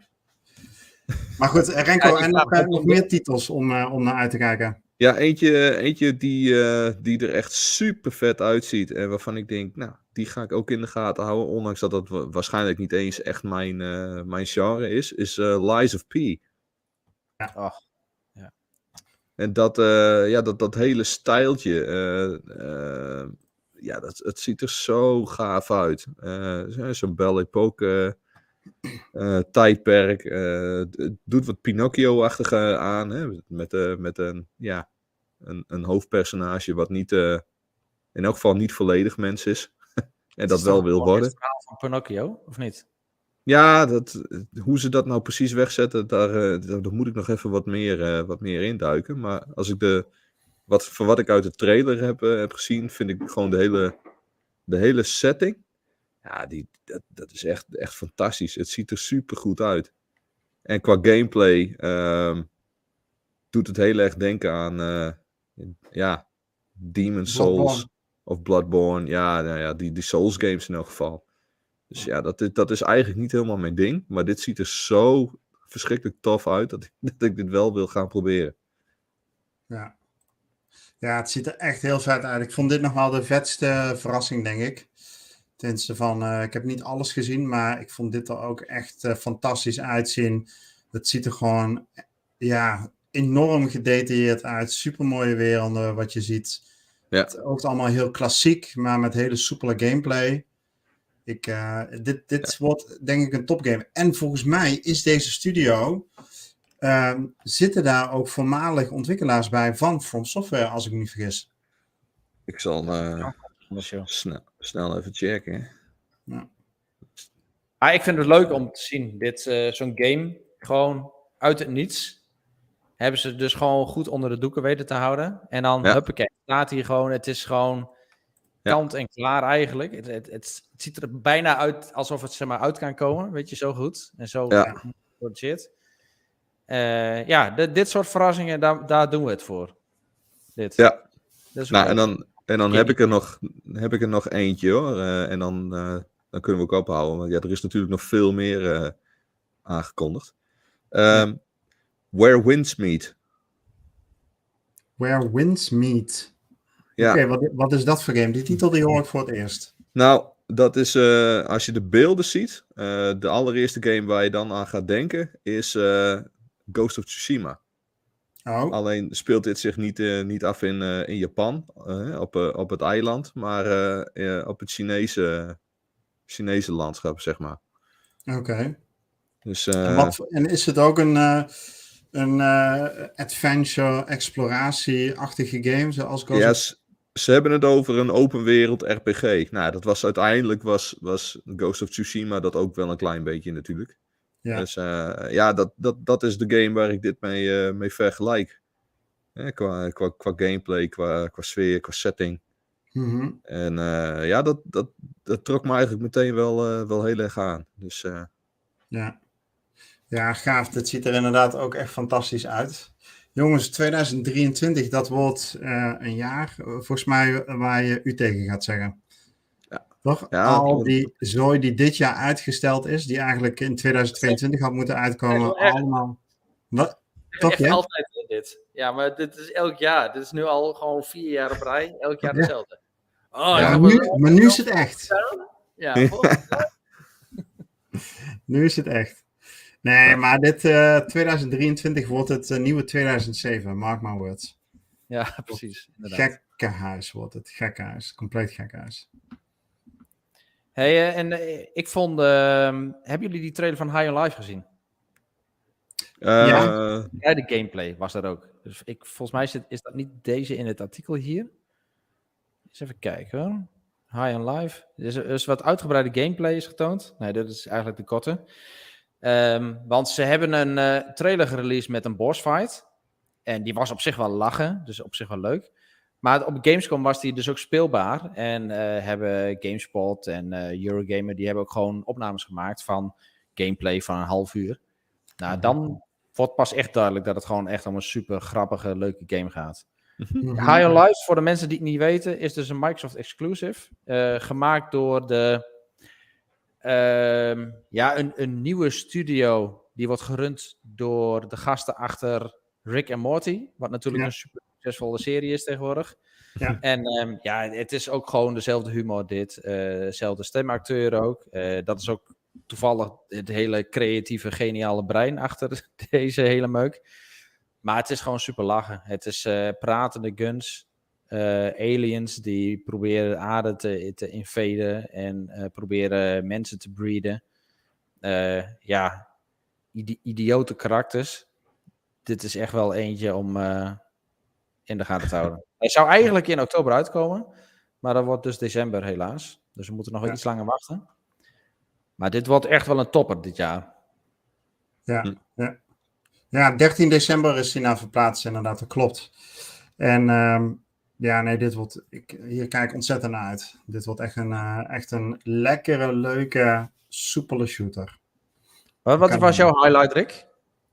Maar goed, Renko, ja, en nog, uh, nog meer titels om, uh, om naar uit te kijken. Ja, eentje, eentje die, uh, die er echt super vet uitziet en waarvan ik denk, nou, die ga ik ook in de gaten houden, ondanks dat dat waarschijnlijk niet eens echt mijn, uh, mijn genre is, is uh, Lies of P. Ja. Oh. Ja. En dat, uh, ja, dat, dat hele stijltje, uh, uh, ja, dat, het ziet er zo gaaf uit. Uh, Zo'n Belle Époque uh, uh, tijdperk. Uh, het doet wat Pinocchio-achtige aan. Hè? Met, uh, met een, ja, een, een hoofdpersonage wat niet, uh, in elk geval niet volledig mens is. en dat wel wil worden. Het verhaal van Pinocchio, of niet? Ja, dat, hoe ze dat nou precies wegzetten, daar, uh, daar, daar moet ik nog even wat meer, uh, wat meer induiken. Maar als ik de... Wat, van wat ik uit de trailer heb, uh, heb gezien, vind ik gewoon de hele, de hele setting. Ja, die, dat, dat is echt, echt fantastisch. Het ziet er super goed uit. En qua gameplay um, doet het heel erg denken aan uh, ja, Demon's Souls of Bloodborne. Ja, nou ja die, die Souls games in elk geval. Dus ja, dat, dat is eigenlijk niet helemaal mijn ding. Maar dit ziet er zo verschrikkelijk tof uit dat ik, dat ik dit wel wil gaan proberen. Ja. Ja, het ziet er echt heel vet uit. Ik vond dit nog wel de vetste verrassing, denk ik. Tenminste van, uh, ik heb niet alles gezien, maar ik vond dit er ook echt uh, fantastisch uitzien. Het ziet er gewoon, ja, enorm gedetailleerd uit. Supermooie werelden, wat je ziet. Ja. Het oogt allemaal heel klassiek, maar met hele soepele gameplay. Ik, uh, dit dit ja. wordt, denk ik, een topgame. En volgens mij is deze studio... Uh, zitten daar ook voormalig ontwikkelaars bij van From Software, als ik me niet vergis. Ik zal uh, snel, snel even checken. Ja. Ah, ik vind het leuk om te zien, dit, uh, zo'n game, gewoon uit het niets, hebben ze dus gewoon goed onder de doeken weten te houden. En dan, ja. huppakee, staat hier gewoon, het is gewoon, kant en klaar eigenlijk. Het, het, het, het ziet er bijna uit alsof het zeg maar uit kan komen, weet je, zo goed. En zo Ja. geproduceerd. Uh, ja, de, dit soort verrassingen, daar, daar doen we het voor. Dit. Ja. Dat is nou, okay. en dan, en dan heb, ik er nog, heb ik er nog eentje hoor. Uh, en dan, uh, dan kunnen we ook ophouden. Want ja, er is natuurlijk nog veel meer uh, aangekondigd. Um, ja. Where Winds Meet. Where Winds Meet. Ja. Oké, okay, wat, wat is dat voor game? Die titel die hoor ik voor het eerst. Nou, dat is, uh, als je de beelden ziet, uh, de allereerste game waar je dan aan gaat denken, is uh, Ghost of Tsushima. Oh. Alleen speelt dit zich niet, uh, niet af in, uh, in Japan, uh, op, uh, op het eiland, maar uh, uh, op het Chinese, Chinese landschap, zeg maar. Oké. Okay. Dus, uh, en, wat, en is het ook een, uh, een uh, adventure, exploratie-achtige game, zoals Ghost ja, of... Ze, ze hebben het over een open wereld R P G. Nou, dat was uiteindelijk was, was Ghost of Tsushima dat ook wel een klein beetje natuurlijk. Ja. Dus uh, ja, dat, dat, dat is de game waar ik dit mee, uh, mee vergelijk. Ja, qua, qua, qua gameplay, qua, qua sfeer, qua setting. Mm-hmm. En uh, ja, dat, dat, dat trok me eigenlijk meteen wel, uh, wel heel erg aan. Dus, uh... ja. ja, gaaf. Dit ziet er inderdaad ook echt fantastisch uit. Jongens, tweeduizend drieëntwintig, dat wordt uh, een jaar, uh, volgens mij, waar je u tegen gaat zeggen. Ja. Toch? Ja, al die zooi die dit jaar uitgesteld is, die eigenlijk in tweeduizend tweeëntwintig had moeten uitkomen, echt, allemaal. Wat? Toch, echt ja? Altijd dit. Ja, maar dit is elk jaar. Dit is nu al gewoon vier jaar op rij. Elk jaar hetzelfde. Ja. Oh, ja, maar, nu, maar nu is het echt. Ja, nu is het echt. Nee, ja. maar dit uh, tweeduizend drieëntwintig wordt het uh, nieuwe tweeduizend zeven. Mark my words. Ja, precies. Inderdaad. Gekkenhuis wordt het. Gekkenhuis. Compleet gekkenhuis. Hey, uh, en uh, ik vond... Uh, hebben jullie die trailer van High on Life gezien? Uh, ja. ja, de gameplay was er ook. Dus ik, volgens mij is, het, is dat niet deze in het artikel hier. Eens even kijken hoor. High on Life. Er is, er is wat uitgebreide gameplay is getoond. Nee, dit is eigenlijk de korte. Um, want ze hebben een uh, trailer gereleased met een boss fight. En die was op zich wel lachen. Dus op zich wel leuk. Maar op Gamescom was die dus ook speelbaar. En uh, hebben GameSpot en uh, Eurogamer... die hebben ook gewoon opnames gemaakt van gameplay van een half uur. Nou, dan wordt pas echt duidelijk dat het gewoon echt om een super grappige, leuke game gaat. Mm-hmm. High on Life, voor de mensen die het niet weten, is dus een Microsoft exclusive. Uh, gemaakt door de... Uh, ja, een, een nieuwe studio. Die wordt gerund door de gasten achter Rick and Morty. Wat natuurlijk ja. een super succesvolle serie is tegenwoordig. Ja. En um, ja, het is ook gewoon dezelfde humor dit. Uh, dezelfde stemacteur ook. Uh, dat is ook toevallig het hele creatieve, geniale brein achter deze hele meuk. Maar het is gewoon super lachen. Het is uh, pratende guns. Uh, aliens die proberen aarde te, te invaden en uh, proberen mensen te breeden. Uh, ja, ide- idiote karakters. Dit is echt wel eentje om uh, in de gaten te houden. Hij zou eigenlijk in oktober uitkomen, maar dat wordt dus december helaas. Dus we moeten nog ja. iets langer wachten. Maar dit wordt echt wel een topper dit jaar. Ja, hm. ja. ja dertien december is hij nou verplaatst, inderdaad, dat klopt. En um, ja, nee, dit wordt, ik, hier kijk ik ontzettend naar uit. Dit wordt echt een, uh, echt een lekkere, leuke, soepele shooter. Wat, wat was jouw highlight, Rick?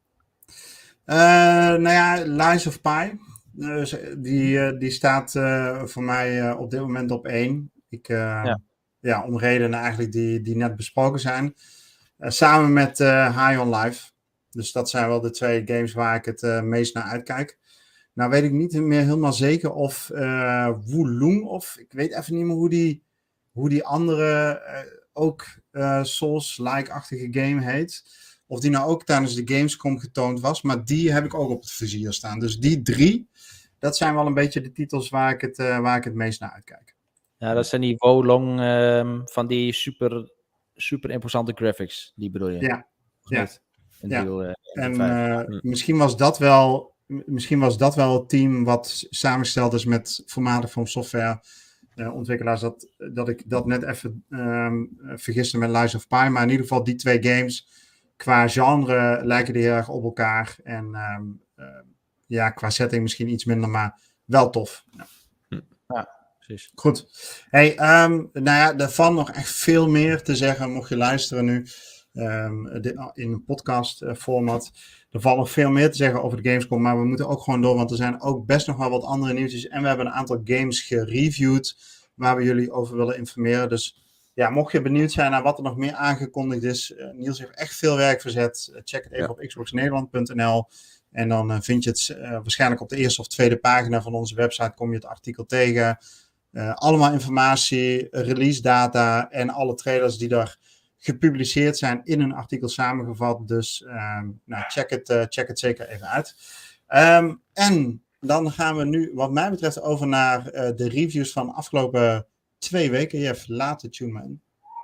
Uh, nou ja, Lies of Pi. Dus die, uh, die staat uh, voor mij uh, op dit moment op één. Ik, uh, ja. ja, om redenen eigenlijk die, die net besproken zijn. Uh, samen met uh, High on Life. Dus dat zijn wel de twee games waar ik het uh, meest naar uitkijk. Nou weet ik niet meer helemaal zeker of uh, Wulong of ik weet even niet meer hoe die, hoe die andere uh, ook uh, Souls-like-achtige game heet. Of die nou ook tijdens de Gamescom getoond was. Maar die heb ik ook op het vizier staan. Dus die drie, dat zijn wel een beetje de titels waar ik het, uh, waar ik het meest naar uitkijk. Ja, dat zijn die Wulong um, van die super, super imposante graphics. Die bedoel je? Ja. ja. ja. Deel, uh, en uh, misschien was dat wel... Misschien was dat wel het team wat samengesteld is met voormalig From Software uh, ontwikkelaars, dat, dat ik dat net even um, vergiste met Lies of Pi. Maar in ieder geval die twee games, qua genre lijken die heel erg op elkaar. En um, uh, ja, qua setting misschien iets minder, maar wel tof. Ja, ja precies. Goed. Hey, um, nou ja, er valt nog echt veel meer te zeggen, mocht je luisteren nu um, de, in een podcast uh, format. Er valt nog veel meer te zeggen over de Gamescom, maar we moeten ook gewoon door, want er zijn ook best nog wel wat andere nieuwtjes. En we hebben een aantal games gereviewd, waar we jullie over willen informeren. Dus ja, mocht je benieuwd zijn naar wat er nog meer aangekondigd is, uh, Niels heeft echt veel werk verzet. Uh, check het even ja. op xbox nederland punt n l. En dan uh, vind je het uh, waarschijnlijk op de eerste of tweede pagina van onze website, kom je het artikel tegen. Uh, allemaal informatie, release data en alle trailers die daar gepubliceerd zijn in een artikel samengevat. Dus um, nou, check, het, uh, check het zeker even uit. Um, en dan gaan we nu wat mij betreft over naar uh, de reviews van de afgelopen twee weken. Jeff, laat de tune maar in.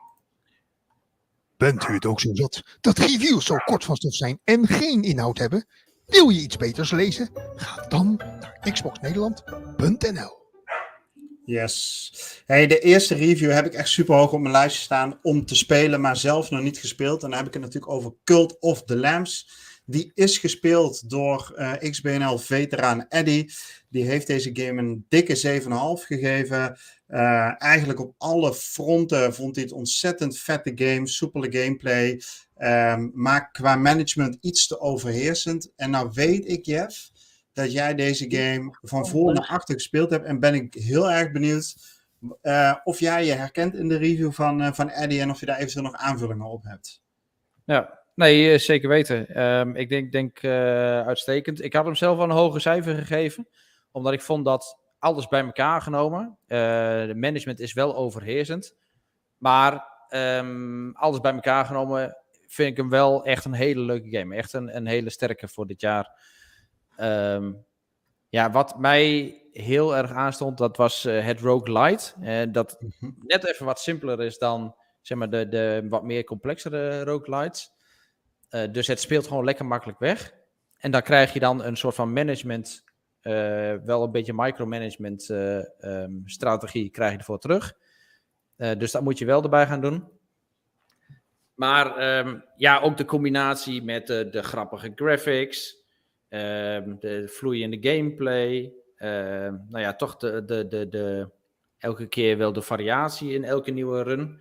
Bent u het ook zo zat dat reviews zo kort van stof zijn en geen inhoud hebben? Wil je iets beters lezen? Ga dan naar xbox nederland punt n l. Yes. Hey, de eerste review heb ik echt super hoog op mijn lijstje staan om te spelen, maar zelf nog niet gespeeld. En dan heb ik het natuurlijk over Cult of the Lambs. Die is gespeeld door uh, X B N L-veteraan Eddie. Die heeft deze game een dikke zeven komma vijf gegeven. Uh, eigenlijk op alle fronten vond hij het ontzettend vette game, soepele gameplay. Um, maar qua management iets te overheersend. En nou weet ik, Jeff, dat jij deze game van voor naar achter gespeeld hebt. En ben ik heel erg benieuwd uh, of jij je herkent in de review van, uh, van Eddie en of je daar eventueel nog aanvullingen op hebt. Ja, nee, zeker weten. Um, ik denk, denk uh, uitstekend. Ik had hem zelf wel een hoge cijfer gegeven, omdat ik vond dat alles bij elkaar genomen. Uh, de management is wel overheersend, maar um, alles bij elkaar genomen vind ik hem wel echt een hele leuke game. Echt een, een hele sterke voor dit jaar. Um, ja, wat mij heel erg aanstond, dat was uh, het roguelite. Uh, dat mm-hmm. net even wat simpeler is dan zeg maar, de, de wat meer complexere roguelites. Uh, dus het speelt gewoon lekker makkelijk weg. En dan krijg je dan een soort van management, uh, wel een beetje micromanagement uh, um, strategie krijg je ervoor terug. Uh, dus dat moet je wel erbij gaan doen. Maar um, ja, ook de combinatie met uh, de grappige graphics, uh, de vloeiende gameplay. Uh, nou ja, toch de, de, de, de, elke keer wel de variatie in elke nieuwe run.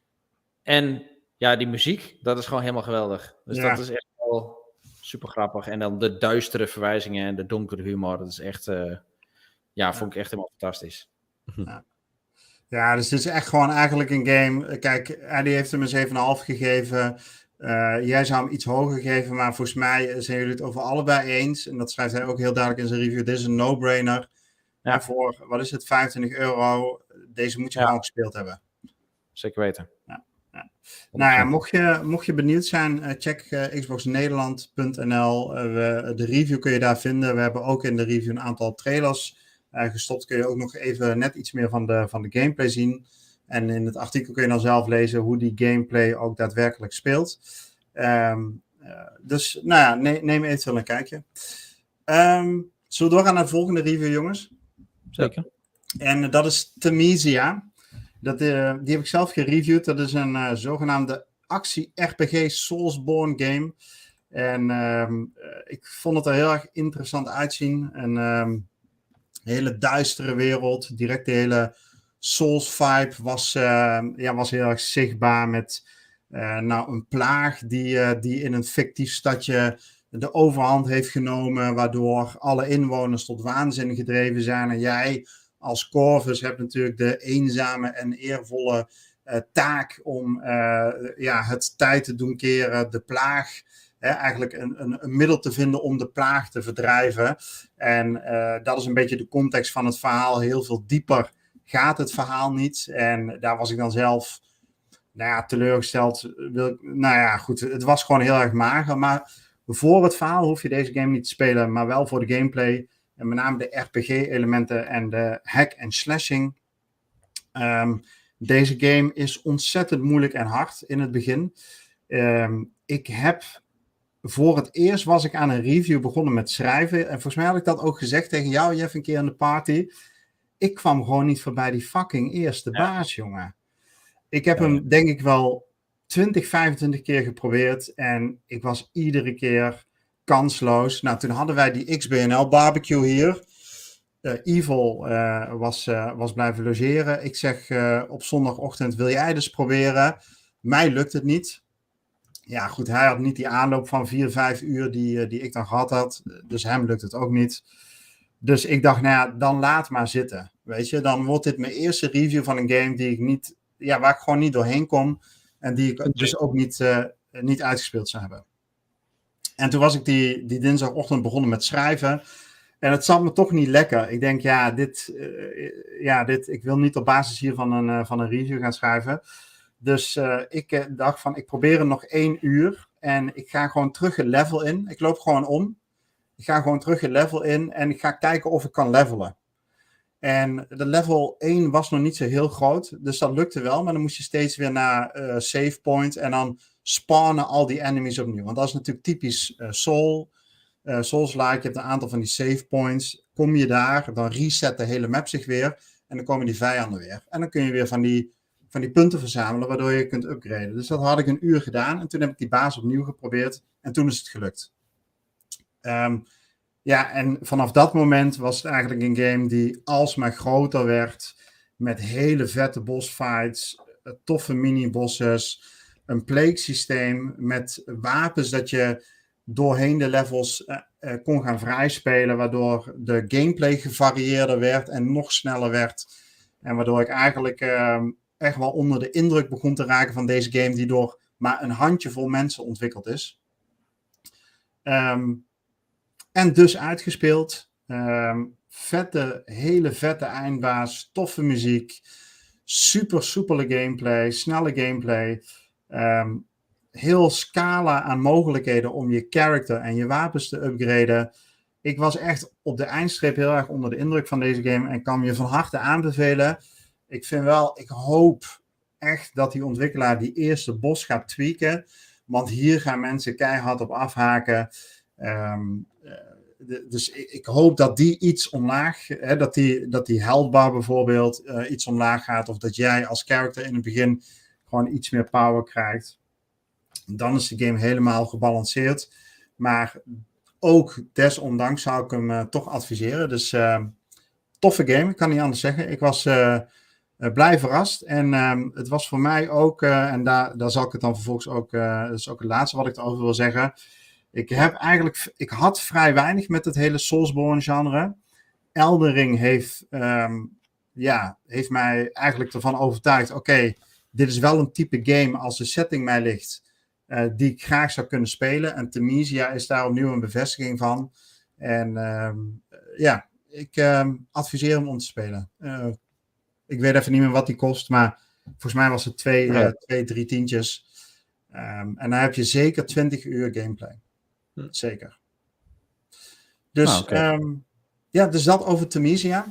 En ja, die muziek, dat is gewoon helemaal geweldig. Dus ja. Dat is echt wel super grappig. En dan de duistere verwijzingen en de donkere humor, dat is echt, uh, ja, vond ik echt helemaal fantastisch. Ja. Ja, dus dit is echt gewoon eigenlijk een game. Kijk, Eddie heeft hem een zeven komma vijf gegeven. Uh, jij zou hem iets hoger geven, maar volgens mij zijn jullie het over allebei eens. En dat schrijft hij ook heel duidelijk in zijn review. Dit is een no-brainer. Ja. En voor, wat is het, vijfentwintig euro. Deze moet je ja. gewoon gespeeld hebben. Zeker weten. Ja. Ja. Nou ja, mocht je, mocht je benieuwd zijn, uh, check uh, xbox nederland punt n l. Uh, we, de review kun je daar vinden. We hebben ook in de review een aantal trailers Uh, gestopt, kun je ook nog even net iets meer van de, van de gameplay zien. En in het artikel kun je dan zelf lezen hoe die gameplay ook daadwerkelijk speelt. Um, uh, dus nou ja, ne- neem eventueel een kijkje. Um, zullen we doorgaan naar de volgende review, jongens? Zeker. En uh, dat is Thamisia. Dat, uh, die heb ik zelf gereviewd. Dat is een uh, zogenaamde actie-R P G Soulsborne game. En um, uh, ik vond het er heel erg interessant uitzien. En um, een hele duistere wereld. Direct de hele Souls-vibe was, uh, ja, was heel erg zichtbaar met uh, nou, een plaag die, uh, die in een fictief stadje de overhand heeft genomen, waardoor alle inwoners tot waanzin gedreven zijn. En jij als Corvus hebt natuurlijk de eenzame en eervolle uh, taak om uh, ja, het tijd te doen keren, de plaag. He, eigenlijk een, een, een middel te vinden om de plaag te verdrijven. En uh, dat is een beetje de context van het verhaal. Heel veel dieper gaat het verhaal niet. En daar was ik dan zelf nou ja, teleurgesteld. Wil, nou ja, goed. Het was gewoon heel erg mager. Maar voor het verhaal hoef je deze game niet te spelen. Maar wel voor de gameplay. En met name de R P G-elementen en de hack en slashing. Um, deze game is ontzettend moeilijk en hard in het begin. Um, ik heb... Voor het eerst was ik aan een review begonnen met schrijven. En volgens mij had ik dat ook gezegd tegen jou, Jeff, een keer aan de party. Ik kwam gewoon niet voorbij die fucking eerste ja. baas, jongen. Ik heb ja. hem, denk ik wel, twintig, vijfentwintig keer geprobeerd. En ik was iedere keer kansloos. Nou, toen hadden wij die X B N L barbecue hier. uh, Evil uh, was, uh, was blijven logeren. Ik zeg uh, op zondagochtend, wil jij dus proberen? Mij lukt het niet. Ja goed, hij had niet die aanloop van vier, vijf uur die, uh, die ik dan gehad had. Dus hem lukt het ook niet. Dus ik dacht, nou ja, dan laat maar zitten. Weet je, dan wordt dit mijn eerste review van een game die ik niet, ja, waar ik gewoon niet doorheen kom. En die ik dus ook niet, uh, niet uitgespeeld zou hebben. En toen was ik die, die dinsdagochtend begonnen met schrijven. En het zat me toch niet lekker. Ik denk, ja, dit, uh, ja dit, ik wil niet op basis hiervan een, uh, van een review gaan schrijven. Dus uh, ik uh, dacht van, ik probeer het nog één uur. En ik ga gewoon terug het level in. Ik loop gewoon om. Ik ga gewoon terug het level in. En ik ga kijken of ik kan levelen. En de level één was nog niet zo heel groot. Dus dat lukte wel. Maar dan moest je steeds weer naar uh, save point. En dan spawnen al die enemies opnieuw. Want dat is natuurlijk typisch uh, Soul. Uh, Souls-like. Je hebt een aantal van die save points. Kom je daar, dan reset de hele map zich weer. En dan komen die vijanden weer. En dan kun je weer van die, van die punten verzamelen. Waardoor je kunt upgraden. Dus dat had ik een uur gedaan. En toen heb ik die baas opnieuw geprobeerd. En toen is het gelukt. Um, Ja, en vanaf dat moment was het eigenlijk een game die alsmaar groter werd. Met hele vette bossfights, toffe mini-bosses, een plague systeem met wapens dat je doorheen de levels uh, uh, kon gaan vrijspelen. Waardoor de gameplay gevarieerder werd en nog sneller werd. En waardoor ik eigenlijk uh, echt wel onder de indruk begon te raken van deze game die door maar een handjevol mensen ontwikkeld is. Um, En dus uitgespeeld. Um, vette, hele vette eindbaas. Toffe muziek. Super soepele gameplay. Snelle gameplay. Um, heel scala aan mogelijkheden om je character en je wapens te upgraden. Ik was echt op de eindstreep heel erg onder de indruk van deze game. En kan je van harte aanbevelen. Ik vind wel, ik hoop echt dat die ontwikkelaar die eerste boss gaat tweaken. Want hier gaan mensen keihard op afhaken. Um, uh, de, dus ik, ik hoop dat die iets omlaag, hè, dat die, dat die healthbar bijvoorbeeld uh, iets omlaag gaat, of dat jij als character in het begin gewoon iets meer power krijgt. Dan is de game helemaal gebalanceerd. Maar ook desondanks zou ik hem uh, toch adviseren. Dus uh, toffe game, ik kan niet anders zeggen. Ik was uh, uh, blij verrast. En um, het was voor mij ook, uh, en daar, daar zal ik het dan vervolgens ook, uh, dat is ook het laatste wat ik erover wil zeggen. Ik heb eigenlijk, ik had vrij weinig met het hele Soulsborne genre. Elden Ring heeft, um, ja, heeft mij eigenlijk ervan overtuigd. Oké, okay, dit is wel een type game als de setting mij ligt. Uh, die ik graag zou kunnen spelen. En Thamisia is daar opnieuw een bevestiging van. En um, ja, ik um, adviseer hem om te spelen. Uh, ik weet even niet meer wat die kost. Maar volgens mij was het twee, uh, twee drie tientjes. Um, en dan heb je zeker twintig uur gameplay. Zeker. Dus, ah, okay. um, ja, dus dat over Thamisia.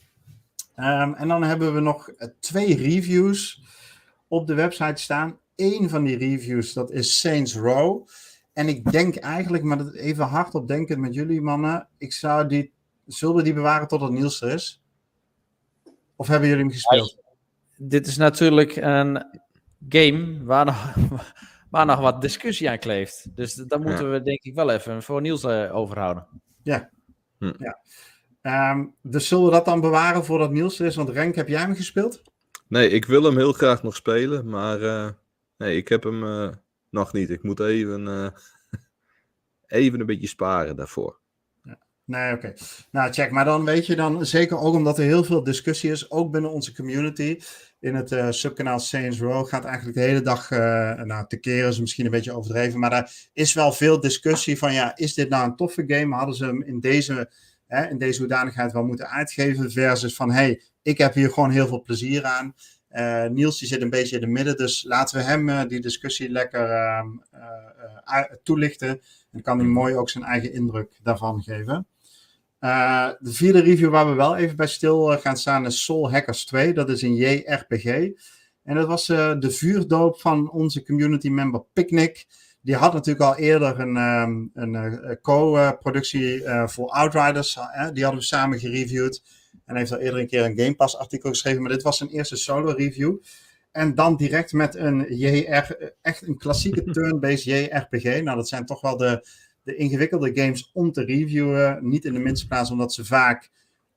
Um, en dan hebben we nog uh, twee reviews op de website staan. Eén van die reviews, dat is Saints Row. En ik denk eigenlijk, maar dat even hardop denken met jullie mannen. Ik zou die, zullen we die bewaren tot het nieuws er is? Of hebben jullie hem gespeeld? Ja, dit is natuurlijk een game waar nog... waar nog wat discussie aan kleeft. Dus daar moeten ja. we denk ik wel even voor Niels uh, overhouden. Ja. Hm. ja. Um, dus zullen we dat dan bewaren voordat Niels er is? Want Renk, heb jij hem gespeeld? Nee, ik wil hem heel graag nog spelen. Maar uh, nee, ik heb hem uh, nog niet. Ik moet even, uh, even een beetje sparen daarvoor. Ja. Nee, oké. Okay. Nou, check. Maar dan weet je dan, zeker ook omdat er heel veel discussie is, ook binnen onze community... In het uh, subkanaal Saints Row gaat eigenlijk de hele dag, uh, nou te keren is misschien een beetje overdreven, maar daar is wel veel discussie van, ja, is dit nou een toffe game? Hadden ze hem in deze, hè, in deze hoedanigheid wel moeten uitgeven versus van, hey, ik heb hier gewoon heel veel plezier aan. Uh, Niels die zit een beetje in het midden, dus laten we hem uh, die discussie lekker uh, uh, uh, toelichten. En kan hij mooi ook zijn eigen indruk daarvan geven. Uh, de vierde review waar we wel even bij stil gaan staan is Soul Hackers twee. Dat is een J R P G. En dat was uh, de vuurdoop van onze community member Picnic. Die had natuurlijk al eerder een, um, een, een co-productie uh, voor Outriders. Uh, die hadden we samen gereviewd. En heeft al eerder een keer een Game Pass artikel geschreven. Maar dit was zijn eerste solo review. En dan direct met een J R, echt een klassieke turn-based J R P G. Nou, dat zijn toch wel de... de ingewikkelde games om te reviewen. Niet in de minste plaats omdat ze vaak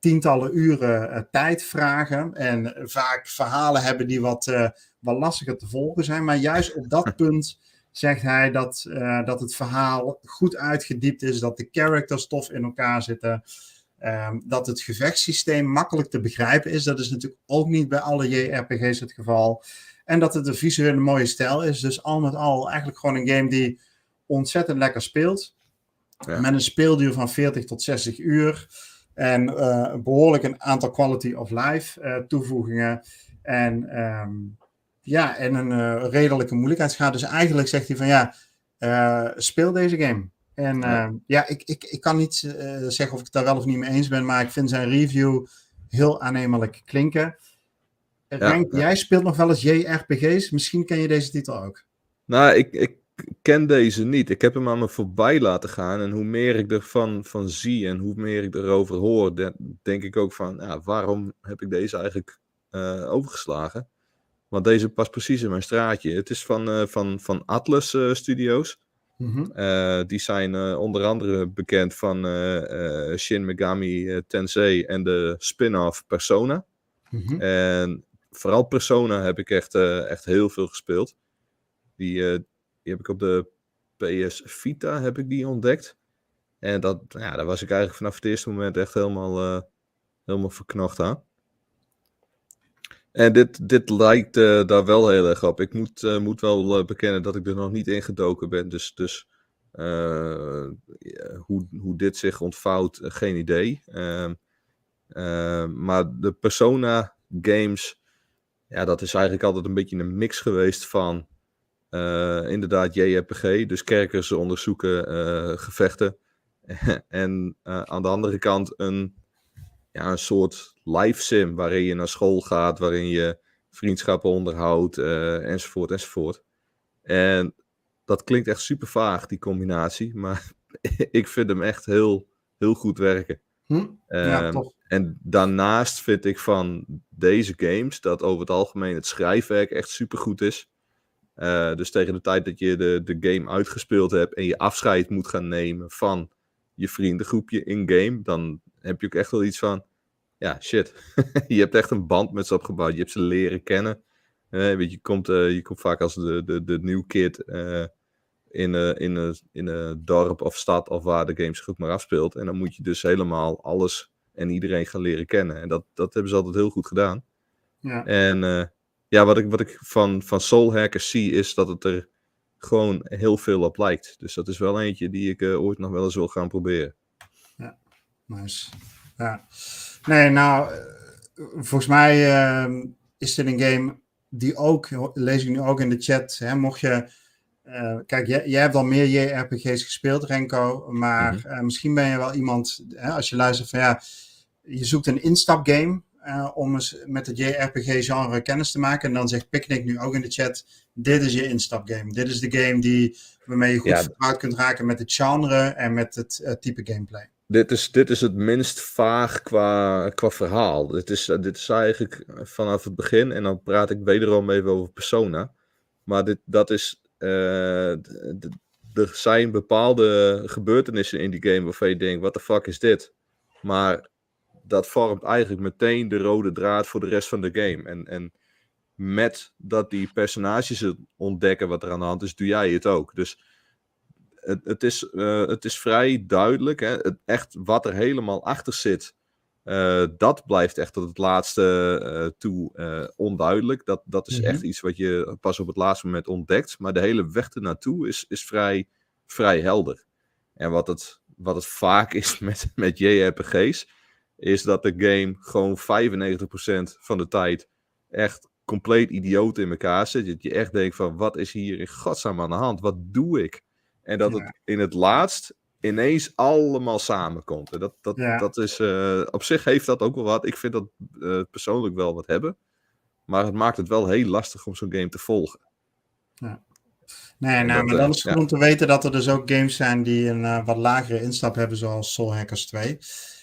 tientallen uren uh, tijd vragen. En vaak verhalen hebben die wat, uh, wat lastiger te volgen zijn. Maar juist op dat punt zegt hij dat, uh, dat het verhaal goed uitgediept is. Dat de characters tof in elkaar zitten. Um, dat het gevechtssysteem makkelijk te begrijpen is. Dat is natuurlijk ook niet bij alle J R P G's het geval. En dat het een visuele mooie stijl is. Dus al met al eigenlijk gewoon een game die ontzettend lekker speelt. Ja. Met een speelduur van veertig tot zestig uur. En uh, behoorlijk een aantal quality of life uh, toevoegingen. En, um, ja, en een uh, redelijke moeilijkheidsgraad. Dus eigenlijk zegt hij van ja, uh, speel deze game. En uh, ja, ja ik, ik, ik kan niet uh, zeggen of ik het daar wel of niet mee eens ben. Maar ik vind zijn review heel aannemelijk klinken. Ja, Renk, ja. Jij speelt nog wel eens J R P G's. Misschien ken je deze titel ook. Nou, ik... ik... Ik ken deze niet. Ik heb hem aan me voorbij laten gaan. En hoe meer ik ervan van zie en hoe meer ik erover hoor, de, denk ik ook van, ja, waarom heb ik deze eigenlijk uh, overgeslagen? Want deze past precies in mijn straatje. Het is van, uh, van, van Atlus uh, Studios. Mm-hmm. Uh, die zijn uh, onder andere bekend van uh, uh, Shin Megami Tensei en de spin-off Persona. Mm-hmm. En vooral Persona heb ik echt, uh, echt heel veel gespeeld. Die... Uh, Die heb ik op de P S Vita heb ik die ontdekt. En dat, ja, daar was ik eigenlijk vanaf het eerste moment echt helemaal, uh, helemaal verknocht aan. En dit, dit lijkt uh, daar wel heel erg op. Ik moet, uh, moet wel uh, bekennen dat ik er nog niet in gedoken ben. Dus, dus uh, hoe, hoe dit zich ontvouwt, uh, geen idee. Uh, uh, maar de Persona games, ja, dat is eigenlijk altijd een beetje een mix geweest van... Uh, inderdaad J R P G, dus kerkers onderzoeken uh, gevechten. en uh, aan de andere kant een, ja, een soort life sim waarin je naar school gaat, waarin je vriendschappen onderhoudt, uh, enzovoort, enzovoort. En dat klinkt echt super vaag, die combinatie, maar ik vind hem echt heel, heel goed werken. Hm? Ja, um, en daarnaast vind ik van deze games dat over het algemeen het schrijfwerk echt super goed is. Uh, dus tegen de tijd dat je de, de game uitgespeeld hebt en je afscheid moet gaan nemen van je vriendengroepje in-game, dan heb je ook echt wel iets van, ja, shit. Je hebt echt een band met ze opgebouwd. Je hebt ze leren kennen. Uh, weet je, je, komt, uh, je komt vaak als de, de, de new kid uh, in een in een in een dorp of stad of waar de game zich ook maar afspeelt. En dan moet je dus helemaal alles en iedereen gaan leren kennen. En dat, dat hebben ze altijd heel goed gedaan. Ja. En... Uh, Ja, wat ik, wat ik van, van Soul Hackers zie, is dat het er gewoon heel veel op lijkt. Dus dat is wel eentje die ik uh, ooit nog wel eens wil gaan proberen. Ja, nice. Ja. Nee, nou, volgens mij uh, is dit een game die ook, lees ik nu ook in de chat, hè, mocht je... Uh, kijk, jij, jij hebt al meer J R P G's gespeeld, Renko, maar mm-hmm. uh, misschien ben je wel iemand, hè, als je luistert van ja, je zoekt een instapgame... Uh, om eens met het J R P G-genre kennis te maken. En dan zegt Picnic nu ook in de chat, dit is je instapgame. Dit is de game die, waarmee je goed ja, vertrouwd kunt raken met het genre en met het uh, type gameplay. Dit is, dit is het minst vaag qua, qua verhaal. Dit is, dit is eigenlijk vanaf het begin, en dan praat ik wederom even over Persona. Maar dit, dat is... Uh, d- d- er zijn bepaalde gebeurtenissen in die game waarvan je denkt, what the fuck is dit? Maar... dat vormt eigenlijk meteen de rode draad voor de rest van de game. En, en met dat die personages ontdekken wat er aan de hand is, doe jij het ook. Dus het, het, is, uh, het is vrij duidelijk. Hè? Het, echt wat er helemaal achter zit, uh, dat blijft echt tot het laatste uh, toe uh, onduidelijk. Dat, dat is mm-hmm. echt iets wat je pas op het laatste moment ontdekt. Maar de hele weg ernaartoe is, is vrij, vrij helder. En wat het, wat het vaak is met, met J R P G's, is dat de game gewoon vijfennegentig procent van de tijd echt compleet idioot in elkaar zit. Dat je echt denkt van, wat is hier in godsnaam aan de hand? Wat doe ik? En dat ja. het in het laatst ineens allemaal samenkomt. En dat, dat, ja. dat is, uh, op zich heeft dat ook wel wat. Ik vind dat uh, persoonlijk wel wat hebben. Maar het maakt het wel heel lastig om zo'n game te volgen. Ja. Nee, nou, dat, maar dan is het goed ja. om te weten dat er dus ook games zijn die een uh, wat lagere instap hebben, zoals Soul Hackers twee.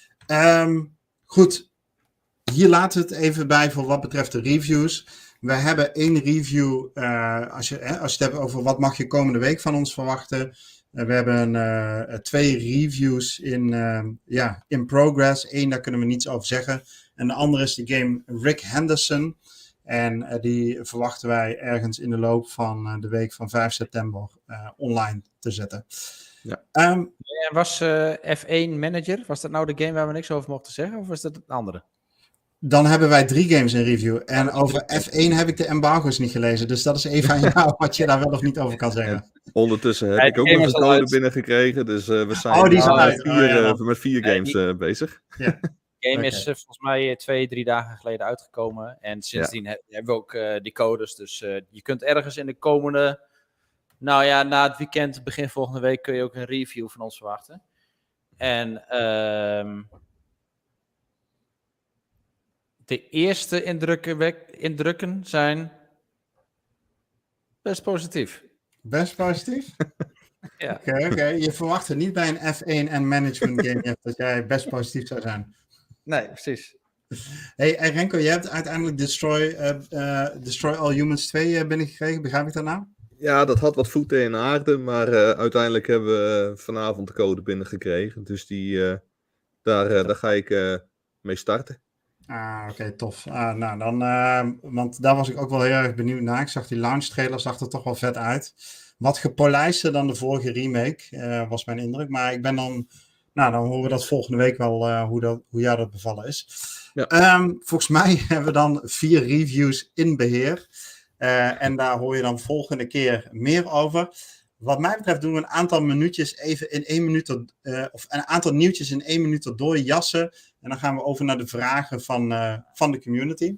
Um, goed, hier laten we het even bij voor wat betreft de reviews. We hebben één review, uh, als, je, hè, als je het hebt over wat mag je komende week van ons verwachten. Uh, we hebben uh, twee reviews in, uh, ja, in progress. Eén, daar kunnen we niets over zeggen. En de andere is de game Rick Henderson. En uh, die verwachten wij ergens in de loop van uh, de week van vijf september uh, online te zetten. Ja. Um, En was uh, F één Manager, was dat nou de game waar we niks over mochten zeggen? Of was dat een andere? Dan hebben wij drie games in review. En Ja, over F één heb ik de embargo's niet gelezen. Dus dat is even aan jou wat je daar wel of niet over kan zeggen. En ondertussen heb Ja, ik ook game nog is een al code uit. binnengekregen. Dus uh, we zijn Oh, die is uh, al met, uit. vier, Oh, ja, uh, dan. met vier Nee, games die- uh, bezig. Ja. De game Oké. is uh, volgens mij uh, twee, drie dagen geleden uitgekomen. En sindsdien he- hebben we ook uh, die codes. Dus uh, je kunt ergens in de komende... Nou ja, na het weekend, begin volgende week, kun je ook een review van ons verwachten. En ehm de eerste indrukken, wek- indrukken zijn best positief. Best positief? Ja. Oké, okay, okay. Je verwachtte niet bij een F één en management game dat jij best positief zou zijn. Nee, precies. Hey, en Renko, je hebt uiteindelijk Destroy, uh, uh, Destroy All Humans twee uh, binnengekregen. Begrijp ik dat nou? Ja, dat had wat voeten in aarde. Maar uh, uiteindelijk hebben we uh, vanavond de code binnengekregen. Dus die, uh, daar, uh, daar ga ik uh, mee starten. Ah, oké, okay, tof. Ah, nou, dan, uh, want daar was ik ook wel heel erg benieuwd naar. Ik zag die launch trailer, zag er toch wel vet uit. Wat gepolijster dan de vorige remake, uh, was mijn indruk. Maar ik ben dan, nou, dan horen we dat volgende week wel uh, hoe, dat, hoe jou dat bevallen is. Ja. Um, volgens mij hebben we dan vier reviews in beheer. Uh, en daar hoor je dan volgende keer meer over. Wat mij betreft doen we een aantal minuutjes even in één minuut, er, uh, of een aantal nieuwtjes in één minuut erdoor jassen. En dan gaan we over naar de vragen van, uh, van de community.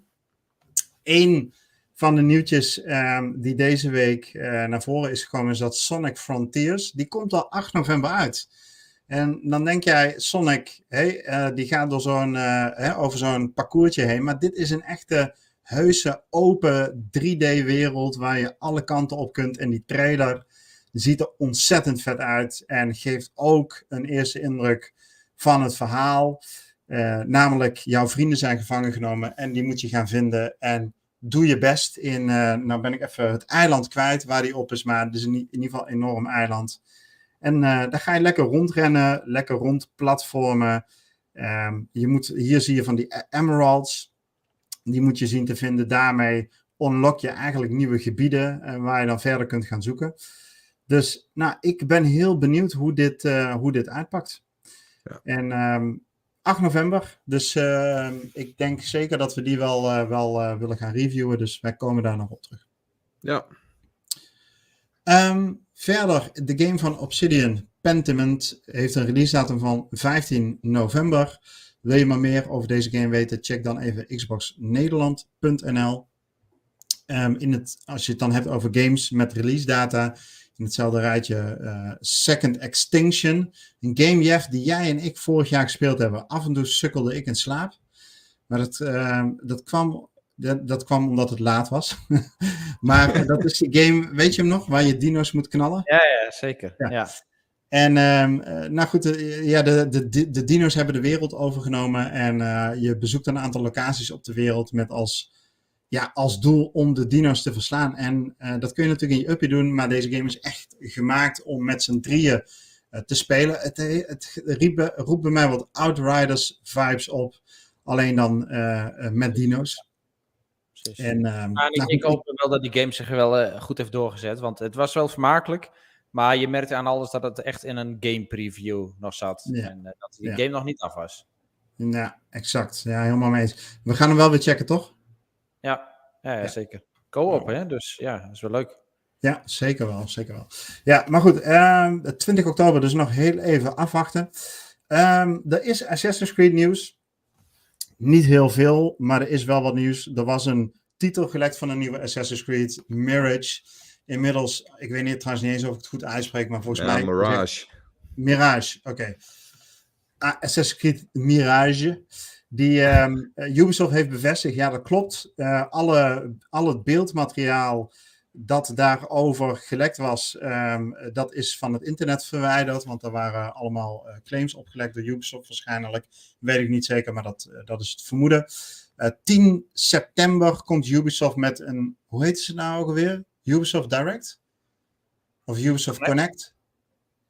Eén van de nieuwtjes um, die deze week uh, naar voren is gekomen is dat Sonic Frontiers. Die komt al acht november uit. En dan denk jij, Sonic, hey, uh, die gaat door zo'n, uh, hè, over zo'n parcoursje heen. Maar dit is een echte heuse, open drie D-wereld waar je alle kanten op kunt. En die trailer ziet er ontzettend vet uit en geeft ook een eerste indruk van het verhaal. Uh, namelijk, jouw vrienden zijn gevangen genomen en die moet je gaan vinden. En doe je best in, uh, nou ben ik even het eiland kwijt waar die op is, maar het is in, in ieder geval een enorm eiland. En uh, daar ga je lekker rondrennen, lekker rondplatformen. Um, je moet, hier zie je van die emeralds, die moet je zien te vinden. Daarmee unlock je eigenlijk nieuwe gebieden uh, waar je dan verder kunt gaan zoeken. Dus nou, ik ben heel benieuwd hoe dit, uh, hoe dit uitpakt. Ja. En um, acht november, dus uh, ik denk zeker dat we die wel, uh, wel uh, willen gaan reviewen. Dus wij komen daar nog op terug. Ja. Um, verder, de game van Obsidian, Pentiment, heeft een release datum van vijftien november. Wil je maar meer over deze game weten, check dan even xbox nederland punt n l. Um, in het, als je het dan hebt over games met release data, in hetzelfde rijtje uh, Second Extinction. Een game, Jeff, die jij en ik vorig jaar gespeeld hebben. Af en toe sukkelde ik in slaap. Maar dat, uh, dat, kwam, dat, dat kwam omdat het laat was. Maar dat is die game, weet je hem nog? Waar je dino's moet knallen? Ja, ja zeker. Ja. Ja. En um, uh, nou goed, uh, ja, de, de, de, de dino's hebben de wereld overgenomen. En uh, je bezoekt een aantal locaties op de wereld met als... Ja, als doel om de dino's te verslaan. En uh, dat kun je natuurlijk in je uppie doen, maar deze game is echt gemaakt om met z'n drieën uh, te spelen. Het, het riep, roept bij mij wat Outriders vibes op, alleen dan uh, uh, met dino's. En, uh, maar ik, nou, ik hoop wel dat die game zich wel uh, goed heeft doorgezet, want het was wel vermakelijk, maar je merkte aan alles dat het echt in een game preview nog zat. Ja. En uh, dat die ja. game nog niet af was. Ja, exact. Ja, helemaal mee eens. We gaan hem wel weer checken, toch? Ja, ja, ja, zeker. Co-op, hè? Dus ja, dat is wel leuk. Ja, zeker wel, zeker wel. Ja, maar goed, uh, twintig oktober, dus nog heel even afwachten. Um, er is Assassin's Creed nieuws. Niet heel veel, maar er is wel wat nieuws. Er was een titel gelekt van een nieuwe Assassin's Creed, Mirage. Inmiddels, ik weet niet, trouwens niet eens of ik het goed uitspreek, maar volgens ja, mij... Mirage. Mirage, oké. Okay. Ah, Assassin's Creed Mirage. Die um, Ubisoft heeft bevestigd, ja dat klopt, uh, alle, al het beeldmateriaal dat daarover gelekt was, um, dat is van het internet verwijderd, want er waren allemaal uh, claims opgelekt door Ubisoft waarschijnlijk, weet ik niet zeker, maar dat, uh, dat is het vermoeden. Uh, tien september komt Ubisoft met een, hoe heet ze nou ook alweer? Ubisoft Direct? Of Ubisoft Connect? Connect?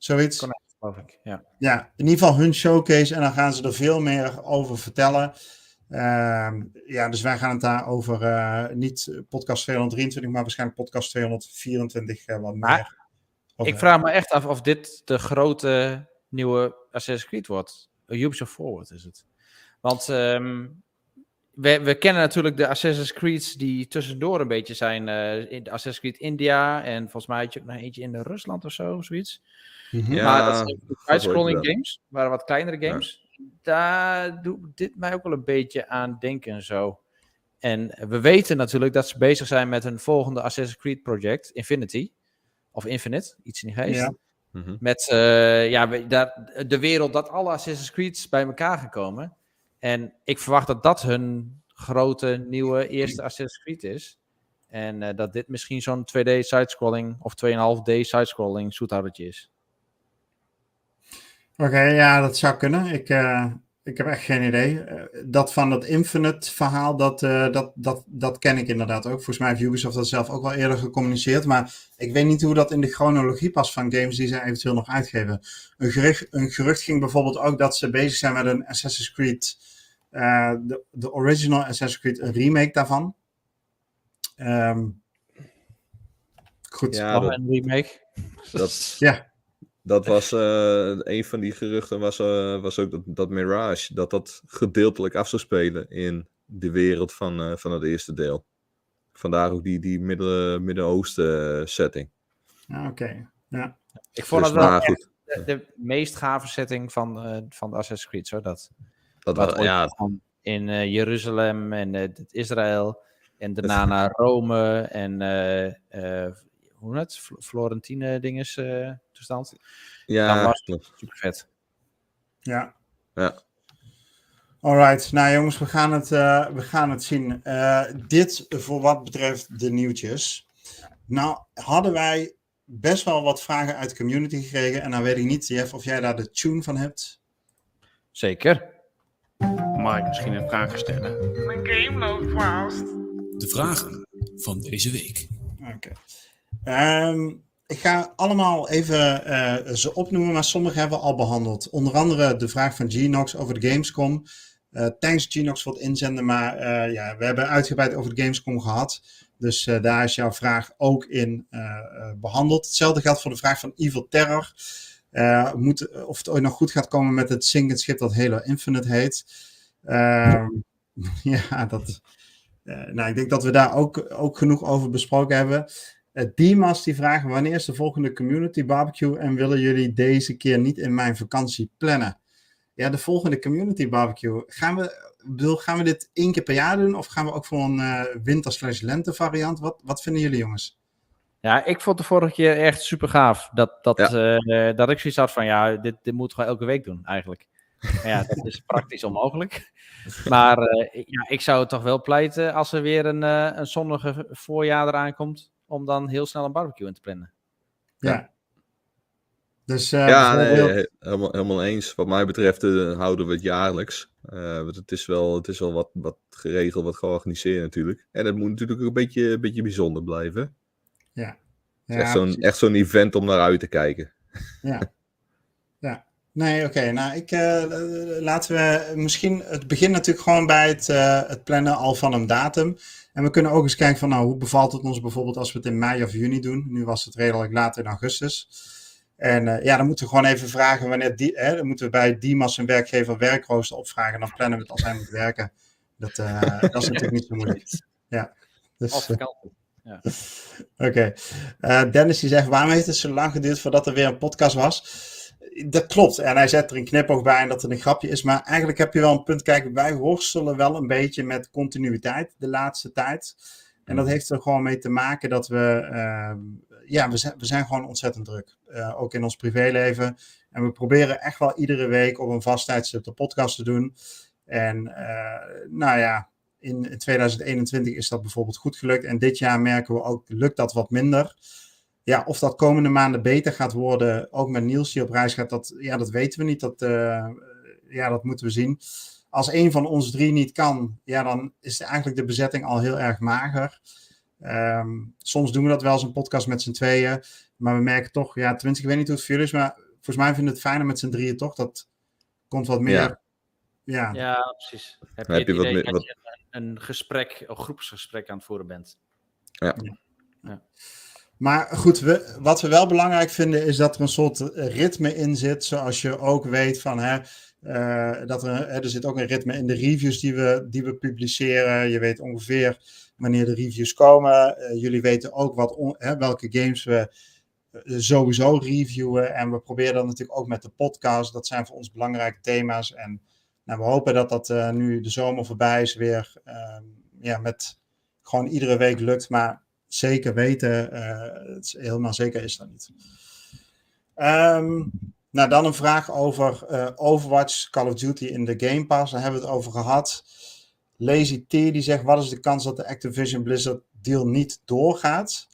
Zoiets. Connect, geloof ik. Ja. Ja, in ieder geval hun showcase en dan gaan ze er veel meer over vertellen. Um, ja, dus wij gaan het daar over uh, niet podcast tweehonderddrieëntwintig, maar waarschijnlijk podcast tweehonderdvierentwintig uh, wat Maar meer. Over ik vraag me echt af of dit de grote nieuwe Assassin's Creed wordt. Ubisoft Forward is het. Want um, we, we kennen natuurlijk de Assassin's Creed die tussendoor een beetje zijn. Uh, in de Assassin's Creed India en volgens mij had je ook nog eentje in Rusland of zo, zoiets. Mm-hmm. Ja, maar dat zijn side-scrolling wel. games, waren wat kleinere games. Ja. Daar doet dit mij ook wel een beetje aan denken zo. En we weten natuurlijk dat ze bezig zijn met een volgende Assassin's Creed project, Infinity. Of Infinite, iets in die geest. Ja. Mm-hmm. Met uh, ja, daar, de wereld dat alle Assassin's Creed's bij elkaar gaan komen. En ik verwacht dat dat hun grote, nieuwe eerste Assassin's Creed is. En uh, dat dit misschien zo'n twee D sidescrolling of twee komma vijf D sidescrolling zoethoudertje is. Oké, okay, ja, dat zou kunnen. Ik, uh, ik heb echt geen idee. Uh, dat van dat Infinite verhaal, dat, uh, dat, dat, dat ken ik inderdaad ook. Volgens mij heeft Ubisoft dat zelf ook wel eerder gecommuniceerd. Maar ik weet niet hoe dat in de chronologie past van games die ze eventueel nog uitgeven. Een gerucht, een gerucht ging bijvoorbeeld ook dat ze bezig zijn met een Assassin's Creed, uh, de, de original Assassin's Creed, een remake daarvan. Um, goed. Ja, dat, een remake. Dat, ja. Dat was, uh, een van die geruchten was, uh, was ook dat, dat Mirage, dat dat gedeeltelijk af zou spelen in de wereld van, uh, van het eerste deel. Vandaar ook die, die Midden, Midden-Oosten uh, setting. Ja, oké. Okay. Ja. Ik vond dus, het wel maar, echt de, de meest gave setting van, uh, van de Assassin's Creed, zo dat. Dat was, ja. In uh, Jeruzalem en uh, Israël en daarna naar Rome en uh, uh, hoe het? Fl- Florentine dinges uh, toestand. Ja, was super vet. Ja. Ja. Alright, nou jongens, we gaan het, uh, we gaan het zien. Uh, dit voor wat betreft de nieuwtjes. Nou, hadden wij best wel wat vragen uit de community gekregen. En dan weet ik niet, Jeff, of jij daar de tune van hebt. Zeker. Mag ik misschien een vraag stellen? Mijn game loopt vast. De vragen van deze week. Oké. Okay. Um, ik ga allemaal even uh, ze opnoemen, maar sommige hebben we al behandeld. Onder andere de vraag van Genox over de Gamescom. Uh, thanks Genox voor het inzenden, maar uh, ja, we hebben uitgebreid over de Gamescom gehad. Dus uh, daar is jouw vraag ook in uh, uh, behandeld. Hetzelfde geldt voor de vraag van Evil Terror. Uh, moet, of het ooit nog goed gaat komen met het zinkend schip dat Halo Infinite heet. Uh, ja, dat... Uh, nou, ik denk dat we daar ook, ook genoeg over besproken hebben. Uh, Dimas die vraagt, wanneer is de volgende community barbecue en willen jullie deze keer niet in mijn vakantie plannen? Ja, de volgende community barbecue. Gaan we, bedoel, gaan we dit één keer per jaar doen of gaan we ook voor een uh, winter slash lente variant? Wat, wat vinden jullie jongens? Ja, ik vond de vorige keer echt super gaaf. Dat, dat, ja. uh, dat ik zoiets had van, ja, dit, dit moeten we elke week doen eigenlijk. Maar ja, dat is praktisch onmogelijk. Maar uh, ja, ik zou toch wel pleiten als er weer een, uh, een zonnige voorjaar eraan komt, om dan heel snel een barbecue in te plannen. Ja. ja. Dus, uh, ja, bijvoorbeeld... nee, helemaal, helemaal eens. Wat mij betreft uh, houden we het jaarlijks. Uh, want het is wel, het is wel wat, wat geregeld, wat georganiseerd natuurlijk. En het moet natuurlijk ook een beetje, een beetje bijzonder blijven. Ja. Ja, echt, zo'n, echt zo'n event om naar uit te kijken. Ja. Ja. Nee, oké. Okay. Nou, ik, uh, laten we misschien... Het begint natuurlijk gewoon bij het, uh, het plannen al van een datum. En we kunnen ook eens kijken van, nou, hoe bevalt het ons bijvoorbeeld als we het in mei of juni doen. Nu was het redelijk laat in augustus. En uh, ja, dan moeten we gewoon even vragen wanneer... Die, hè, dan moeten we bij Dimas een werkgever werkrooster opvragen. En dan plannen we het als hij moet werken. Dat, uh, dat is natuurlijk niet zo moeilijk. Ja. Dus, uh, ja. Oké. Okay. Uh, Dennis die zegt, waarom heeft het zo lang geduurd voordat er weer een podcast was? Dat klopt. En hij zet er een knipoog bij en dat het een grapje is. Maar eigenlijk heb je wel een punt. Kijk, wij worstelen wel een beetje met continuïteit de laatste tijd. En dat heeft er gewoon mee te maken dat we... Uh, ja, we zijn, we zijn gewoon ontzettend druk. Uh, ook in ons privéleven. En we proberen echt wel iedere week op een vast tijdstip de podcast te doen. En uh, nou ja, in, in tweeduizend eenentwintig is dat bijvoorbeeld goed gelukt. En dit jaar merken we ook, lukt dat wat minder. Ja, of dat komende maanden beter gaat worden, ook met Niels die op reis gaat, dat, ja, dat weten we niet. Dat, uh, ja, dat moeten we zien. Als een van ons drie niet kan, ja, dan is eigenlijk de bezetting al heel erg mager. Um, soms doen we dat wel als een podcast met z'n tweeën. Maar we merken toch, ja, tenminste, ik weet niet hoe het voor jullie is, maar volgens mij vinden het fijner met z'n drieën, toch? Dat komt wat meer... Ja. Ja, Ja, precies. Heb je Heb het je wat idee meer- dat wat- je een, een gesprek, een groepsgesprek aan het voeren bent? maar goed, we, wat we wel belangrijk vinden is dat er een soort ritme in zit, zoals je ook weet van, hè, uh, dat er, er zit ook een ritme in de reviews die we, die we publiceren. Je weet ongeveer wanneer de reviews komen. Uh, jullie weten ook wat on, hè, welke games we uh, sowieso reviewen. En we proberen dat natuurlijk ook met de podcast. Dat zijn voor ons belangrijke thema's. En nou, we hopen dat dat uh, nu de zomer voorbij is weer uh, ja, met gewoon iedere week lukt. Maar zeker weten, uh, het is, helemaal zeker is dat niet. Um, nou, dan een vraag over uh, Overwatch, Call of Duty in de Game Pass. Daar hebben we het over gehad. Lazy T die zegt, wat is de kans dat de Activision Blizzard deal niet doorgaat?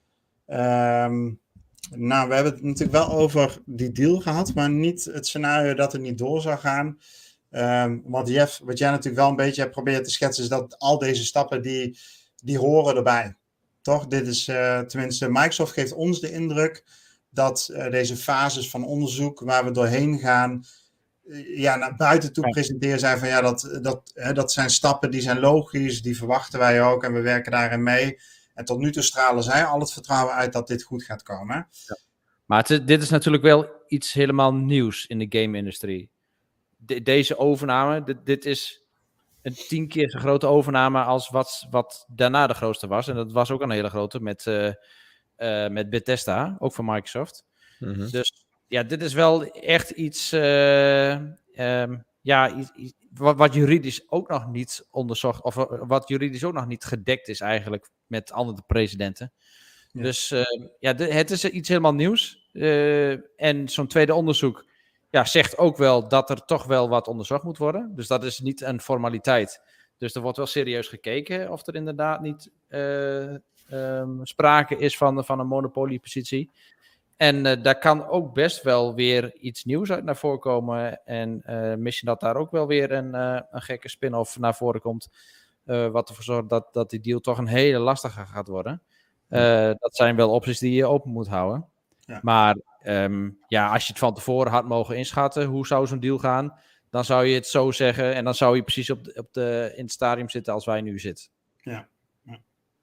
Um, nou, we hebben het natuurlijk wel over die deal gehad, maar niet het scenario dat het niet door zou gaan. Um, wat, Jeff, wat jij natuurlijk wel een beetje hebt proberen te schetsen, is dat al deze stappen, die, die horen erbij. Toch? Dit is, uh, tenminste, Microsoft geeft ons de indruk dat uh, deze fases van onderzoek waar we doorheen gaan, uh, ja, naar buiten toe presenteren zijn van ja, dat, dat, uh, dat zijn stappen die zijn logisch, die verwachten wij ook en we werken daarin mee. En tot nu toe stralen zij al het vertrouwen uit dat dit goed gaat komen. Ja. Maar het, dit is natuurlijk wel iets helemaal nieuws in de game-industrie. De, deze overname, dit, dit is een tien keer zo grote overname als wat, wat daarna de grootste was. En dat was ook een hele grote met, uh, uh, met Bethesda, ook van Microsoft. Mm-hmm. Dus ja, dit is wel echt iets, uh, um, ja, iets, iets wat, wat juridisch ook nog niet onderzocht, of wat juridisch ook nog niet gedekt is eigenlijk met andere presidenten. Ja. Dus uh, ja, de, het is iets helemaal nieuws. Uh, en zo'n tweede onderzoek ja, zegt ook wel dat er toch wel wat onderzocht moet worden. Dus dat is niet een formaliteit. Dus er wordt wel serieus gekeken of er inderdaad niet uh, um, sprake is van, van een monopoliepositie. En uh, daar kan ook best wel weer iets nieuws uit naar voren komen. En uh, misschien dat daar ook wel weer een, uh, een gekke spin-off naar voren komt. Uh, wat ervoor zorgt dat, dat die deal toch een hele lastige gaat worden. Uh, dat zijn wel opties die je open moet houden. Ja. Maar um, ja, als je het van tevoren had mogen inschatten, hoe zou zo'n deal gaan? Dan zou je het zo zeggen en dan zou je precies op de, op de, in het stadium zitten als wij nu zitten. Ja. ja.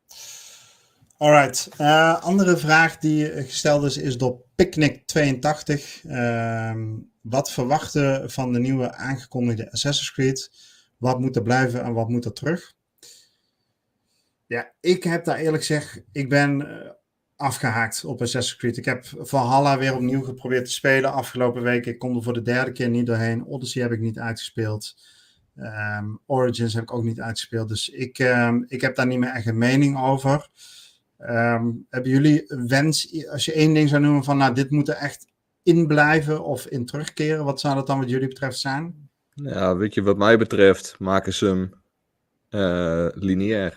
Alright. Uh, andere vraag die gesteld is, is door Picnic tweeëntachtig. Uh, wat verwachten van de nieuwe aangekondigde Assassin's Creed? Wat moet er blijven en wat moet er terug? Ja, ik heb daar eerlijk gezegd, ik ben uh, afgehaakt op Assassin's Creed. Ik heb Valhalla weer opnieuw geprobeerd te spelen afgelopen week. Ik kon er voor de derde keer niet doorheen. Odyssey heb ik niet uitgespeeld. Um, Origins heb ik ook niet uitgespeeld. Dus ik, um, ik heb daar niet meer echt een mening over. Um, hebben jullie een wens, als je één ding zou noemen van, nou, dit moet er echt in blijven of in terugkeren, wat zou dat dan wat jullie betreft zijn? Ja, weet je, wat mij betreft maken ze hem uh, lineair.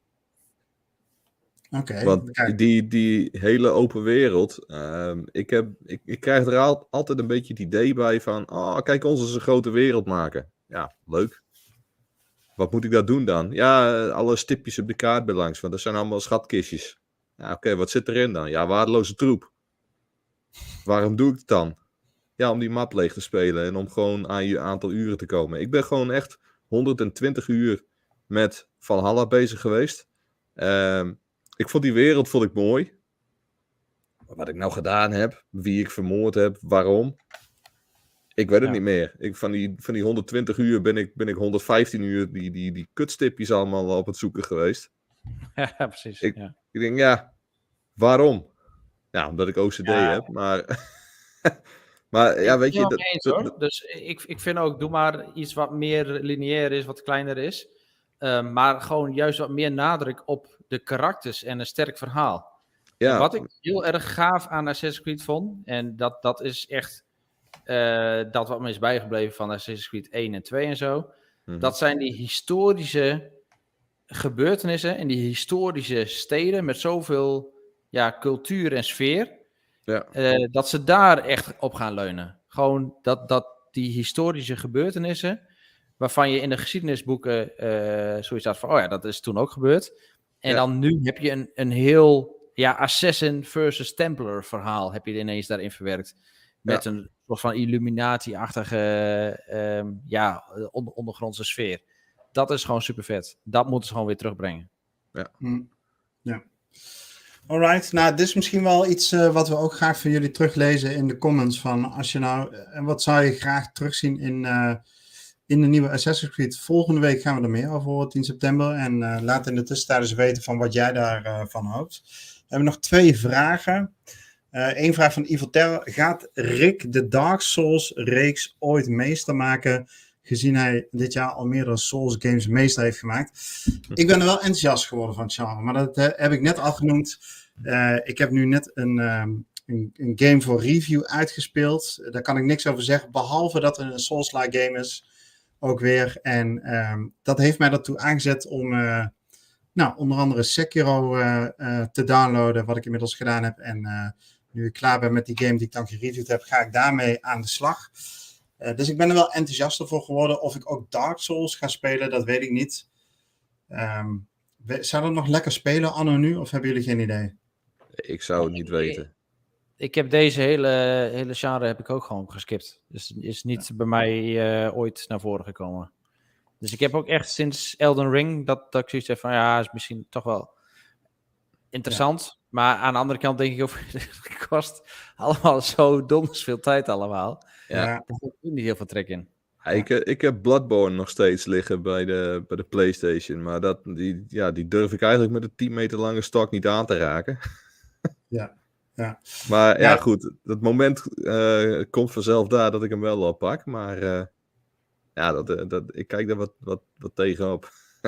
Oké. Okay, Want kijk. Die, die hele open wereld, uh, ik, heb, ik, ik krijg er al, altijd een beetje het idee bij van, oh, kijk ons eens een grote wereld maken. Ja, leuk. Wat moet ik daar doen dan? Ja, alle stipjes op de kaart belangs, want dat zijn allemaal schatkistjes. Ja, oké, okay, wat zit erin dan? Ja, waardeloze troep. Waarom doe ik het dan? Ja, om die map leeg te spelen en om gewoon aan je aantal uren te komen. Ik ben gewoon echt honderdtwintig uur met Valhalla bezig geweest. Uh, ik vond die wereld vond ik mooi. Wat ik nou gedaan heb, wie ik vermoord heb, waarom... Ik weet het ja. niet meer. Ik, van, die, van die honderdtwintig uur ben ik, ben ik honderdvijftien uur die, die, die kutstipjes allemaal op het zoeken geweest. Ja, precies. Ik, ja. ik denk, ja, waarom? Ja, omdat ik O C D ja. heb, maar... maar ja, weet je... Dat, dat, eens, dat, hoor. Dus ik, ik vind ook, doe maar iets wat meer lineair is, wat kleiner is. Uh, maar gewoon juist wat meer nadruk op de karakters en een sterk verhaal. Ja. Wat ik heel erg gaaf aan Assassin's Creed vond, en dat, dat is echt... Uh, dat wat me is bijgebleven van Assassin's Creed één en twee en zo. Mm-hmm. Dat zijn die historische gebeurtenissen en die historische steden met zoveel ja, cultuur en sfeer. Ja. Uh, dat ze daar echt op gaan leunen. Gewoon dat, dat die historische gebeurtenissen, waarvan je in de geschiedenisboeken uh, zoiets had van, oh ja, dat is toen ook gebeurd. En ja. dan nu heb je een, een heel ja, Assassin versus Templar verhaal heb je ineens daarin verwerkt. Met een soort van Illuminati-achtige uh, ja, onder, ondergrondse sfeer. Dat is gewoon super vet. Dat moeten ze gewoon weer terugbrengen. Ja. Mm. Ja. Alright, nou dit is misschien wel iets uh, wat we ook graag van jullie teruglezen in de comments. Van als je nou, en wat zou je graag terugzien in, uh, in de nieuwe Assassin's Creed? Volgende week gaan we er meer over horen, tien september. En uh, laat in de tussentijd eens weten van wat jij daarvan uh, hoopt. We hebben nog twee vragen. Eén uh, vraag van Evil Terror. Gaat Rick de Dark Souls reeks ooit meester maken? Gezien hij dit jaar al meerdere Souls games meester heeft gemaakt. Ik ben er wel enthousiast geworden van het genre. Maar dat uh, heb ik net al genoemd. Uh, ik heb nu net een, um, een, een game voor review uitgespeeld. Daar kan ik niks over zeggen. Behalve dat het een Souls-like game is. Ook weer. En um, dat heeft mij ertoe aangezet om... Uh, nou, onder andere Sekiro uh, uh, te downloaden. Wat ik inmiddels gedaan heb. En uh, nu ik klaar ben met die game die ik dan gereviewd heb. Ga ik daarmee aan de slag. Uh, dus ik ben er wel enthousiaster voor geworden. Of ik ook Dark Souls ga spelen, dat weet ik niet. Um, zou dat nog lekker spelen anno nu? Of hebben jullie geen idee? Ik zou het niet weten. Ik heb deze hele, hele genre heb ik ook gewoon geskipt. Dus het is niet ja. bij mij uh, ooit naar voren gekomen. Dus ik heb ook echt sinds Elden Ring dat, dat ik zoiets heb van ja, is misschien toch wel interessant. Ja. Maar aan de andere kant denk ik ook, het kost allemaal zo donders veel tijd allemaal. Ja. Daar heb ik niet heel veel trek in. Ja, ik, ik heb Bloodborne nog steeds liggen bij de, bij de PlayStation. Maar dat, die, ja, die durf ik eigenlijk met een tien meter lange stok niet aan te raken. Ja. Ja. Maar ja, ja, goed. Dat moment uh, komt vanzelf daar dat ik hem wel oppak. Maar uh, ja, dat, dat, ik kijk daar wat, wat, wat tegenop.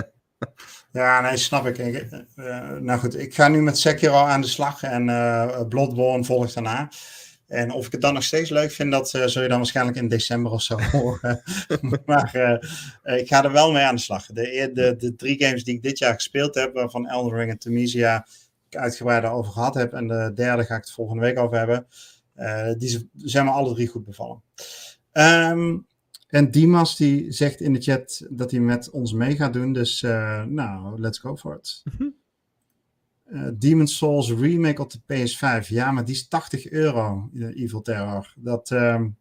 Ja, nee, snap ik. ik uh, nou goed, ik ga nu met Sekiro aan de slag. En uh, Bloodborne volgt daarna. En of ik het dan nog steeds leuk vind, dat uh, zul je dan waarschijnlijk in december of zo horen. Maar uh, ik ga er wel mee aan de slag. De, de, de drie games die ik dit jaar gespeeld heb, waarvan Elden Ring en Thamisia ik uitgebreid over gehad heb. En de derde ga ik het volgende week over hebben. Uh, die zijn me alle drie goed bevallen. Um, en Dimas die zegt in de chat dat hij met ons mee gaat doen. Dus uh, nou, let's go for it. Mm-hmm. Uh, Demon's Souls remake op de P S vijf. Ja, maar die is tachtig euro. Evil Terror. Dat, um,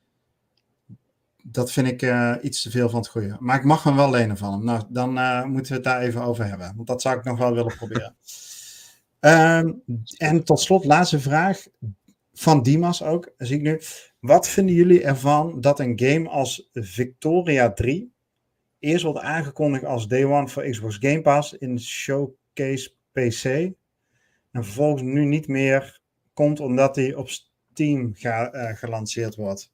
dat vind ik uh, iets te veel van het goede. Maar ik mag hem wel lenen van hem. Nou, dan uh, moeten we het daar even over hebben. Want dat zou ik nog wel willen proberen. um, en tot slot, laatste vraag. Van Dimas ook, zie ik nu. Wat vinden jullie ervan dat een game als Victoria drie eerst wordt aangekondigd als Day One voor Xbox Game Pass in Showcase P C en vervolgens nu niet meer komt omdat hij op Steam ga, uh, gelanceerd wordt?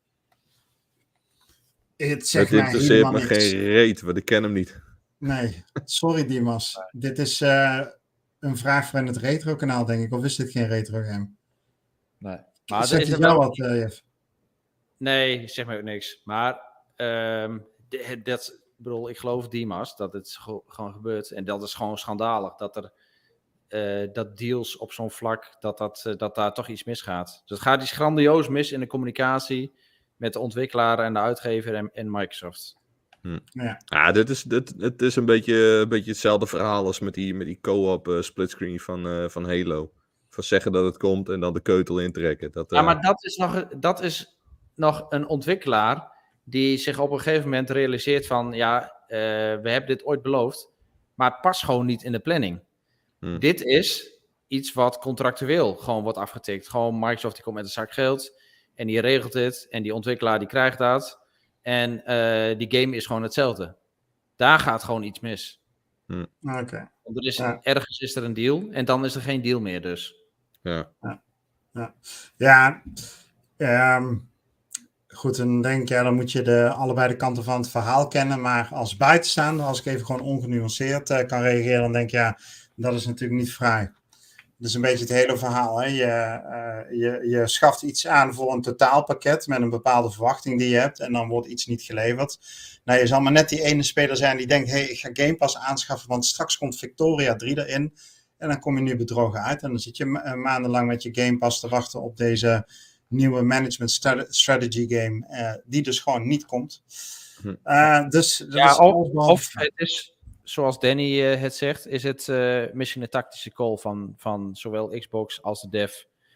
Het zegt het mij interesseert me niks. geen reet, want ik ken hem niet. Nee, sorry Dimas. Dit is uh, een vraag voor in het retro kanaal, denk ik. Of is dit geen retro game? Nee. Maar zeg is je er jou wel... wat, uh, Jeff? Nee, zeg maar ook niks. Maar um, de, dat, ik bedoel, ik geloof Dimas dat het go- gewoon gebeurt. En dat is gewoon schandalig. Dat er uh, dat deals op zo'n vlak, dat, dat, uh, dat daar toch iets misgaat. Dus het gaat iets grandioos mis in de communicatie met de ontwikkelaar en de uitgever en, en Microsoft. Hm. Ja, ja dit is, dit, het is een beetje, een beetje hetzelfde verhaal als met die, met die co-op uh, splitscreen van, uh, van Halo. Van zeggen dat het komt en dan de keutel intrekken. Dat, uh... Ja, maar dat is, nog, dat is nog een ontwikkelaar die zich op een gegeven moment realiseert van ja, uh, we hebben dit ooit beloofd, maar het past gewoon niet in de planning. Hmm. Dit is iets wat contractueel gewoon wordt afgetikt. Gewoon Microsoft die komt met een zak geld en die regelt dit en die ontwikkelaar die krijgt dat en uh, die game is gewoon hetzelfde. Daar gaat gewoon iets mis. Hmm. Oké. Okay. Want er is, ja. ergens is er een deal en dan is er geen deal meer dus. Ja. Ja. Ja. ja um, goed, dan denk ik, ja, dan moet je de, allebei de kanten van het verhaal kennen. Maar als buitenstaander, als ik even gewoon ongenuanceerd uh, kan reageren, dan denk ik, ja, dat is natuurlijk niet fraai. Dat is een beetje het hele verhaal. Hè? Je, uh, je, je schaft iets aan voor een totaalpakket met een bepaalde verwachting die je hebt. En dan wordt iets niet geleverd. Nou, je zal maar net die ene speler zijn die denkt, hé, hey, ik ga Game Pass aanschaffen, want straks komt Victoria drie erin. En dan kom je nu bedrogen uit. En dan zit je ma- maandenlang met je Game Pass te wachten op deze nieuwe management strategy game. Uh, die dus gewoon niet komt. Uh, dus, dat ja, is of, of het is, zoals Danny uh, het zegt, is het uh, misschien een tactische call van, van zowel Xbox als de dev.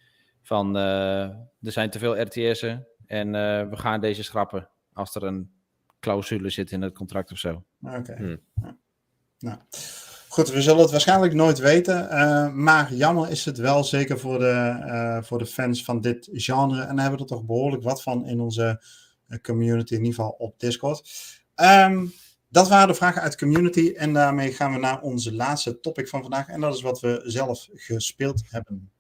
Van, uh, er zijn te veel R T S'en en uh, we gaan deze schrappen als er een clausule zit in het contract of zo. Oké. Okay. Hmm. Ja. Nou. Goed, we zullen het waarschijnlijk nooit weten, uh, maar jammer is het wel, zeker voor de, uh, voor de fans van dit genre. En daar hebben we er toch behoorlijk wat van in onze uh, community, in ieder geval op Discord. Um, dat waren de vragen uit de community en daarmee gaan we naar onze laatste topic van vandaag. En dat is wat we zelf gespeeld hebben.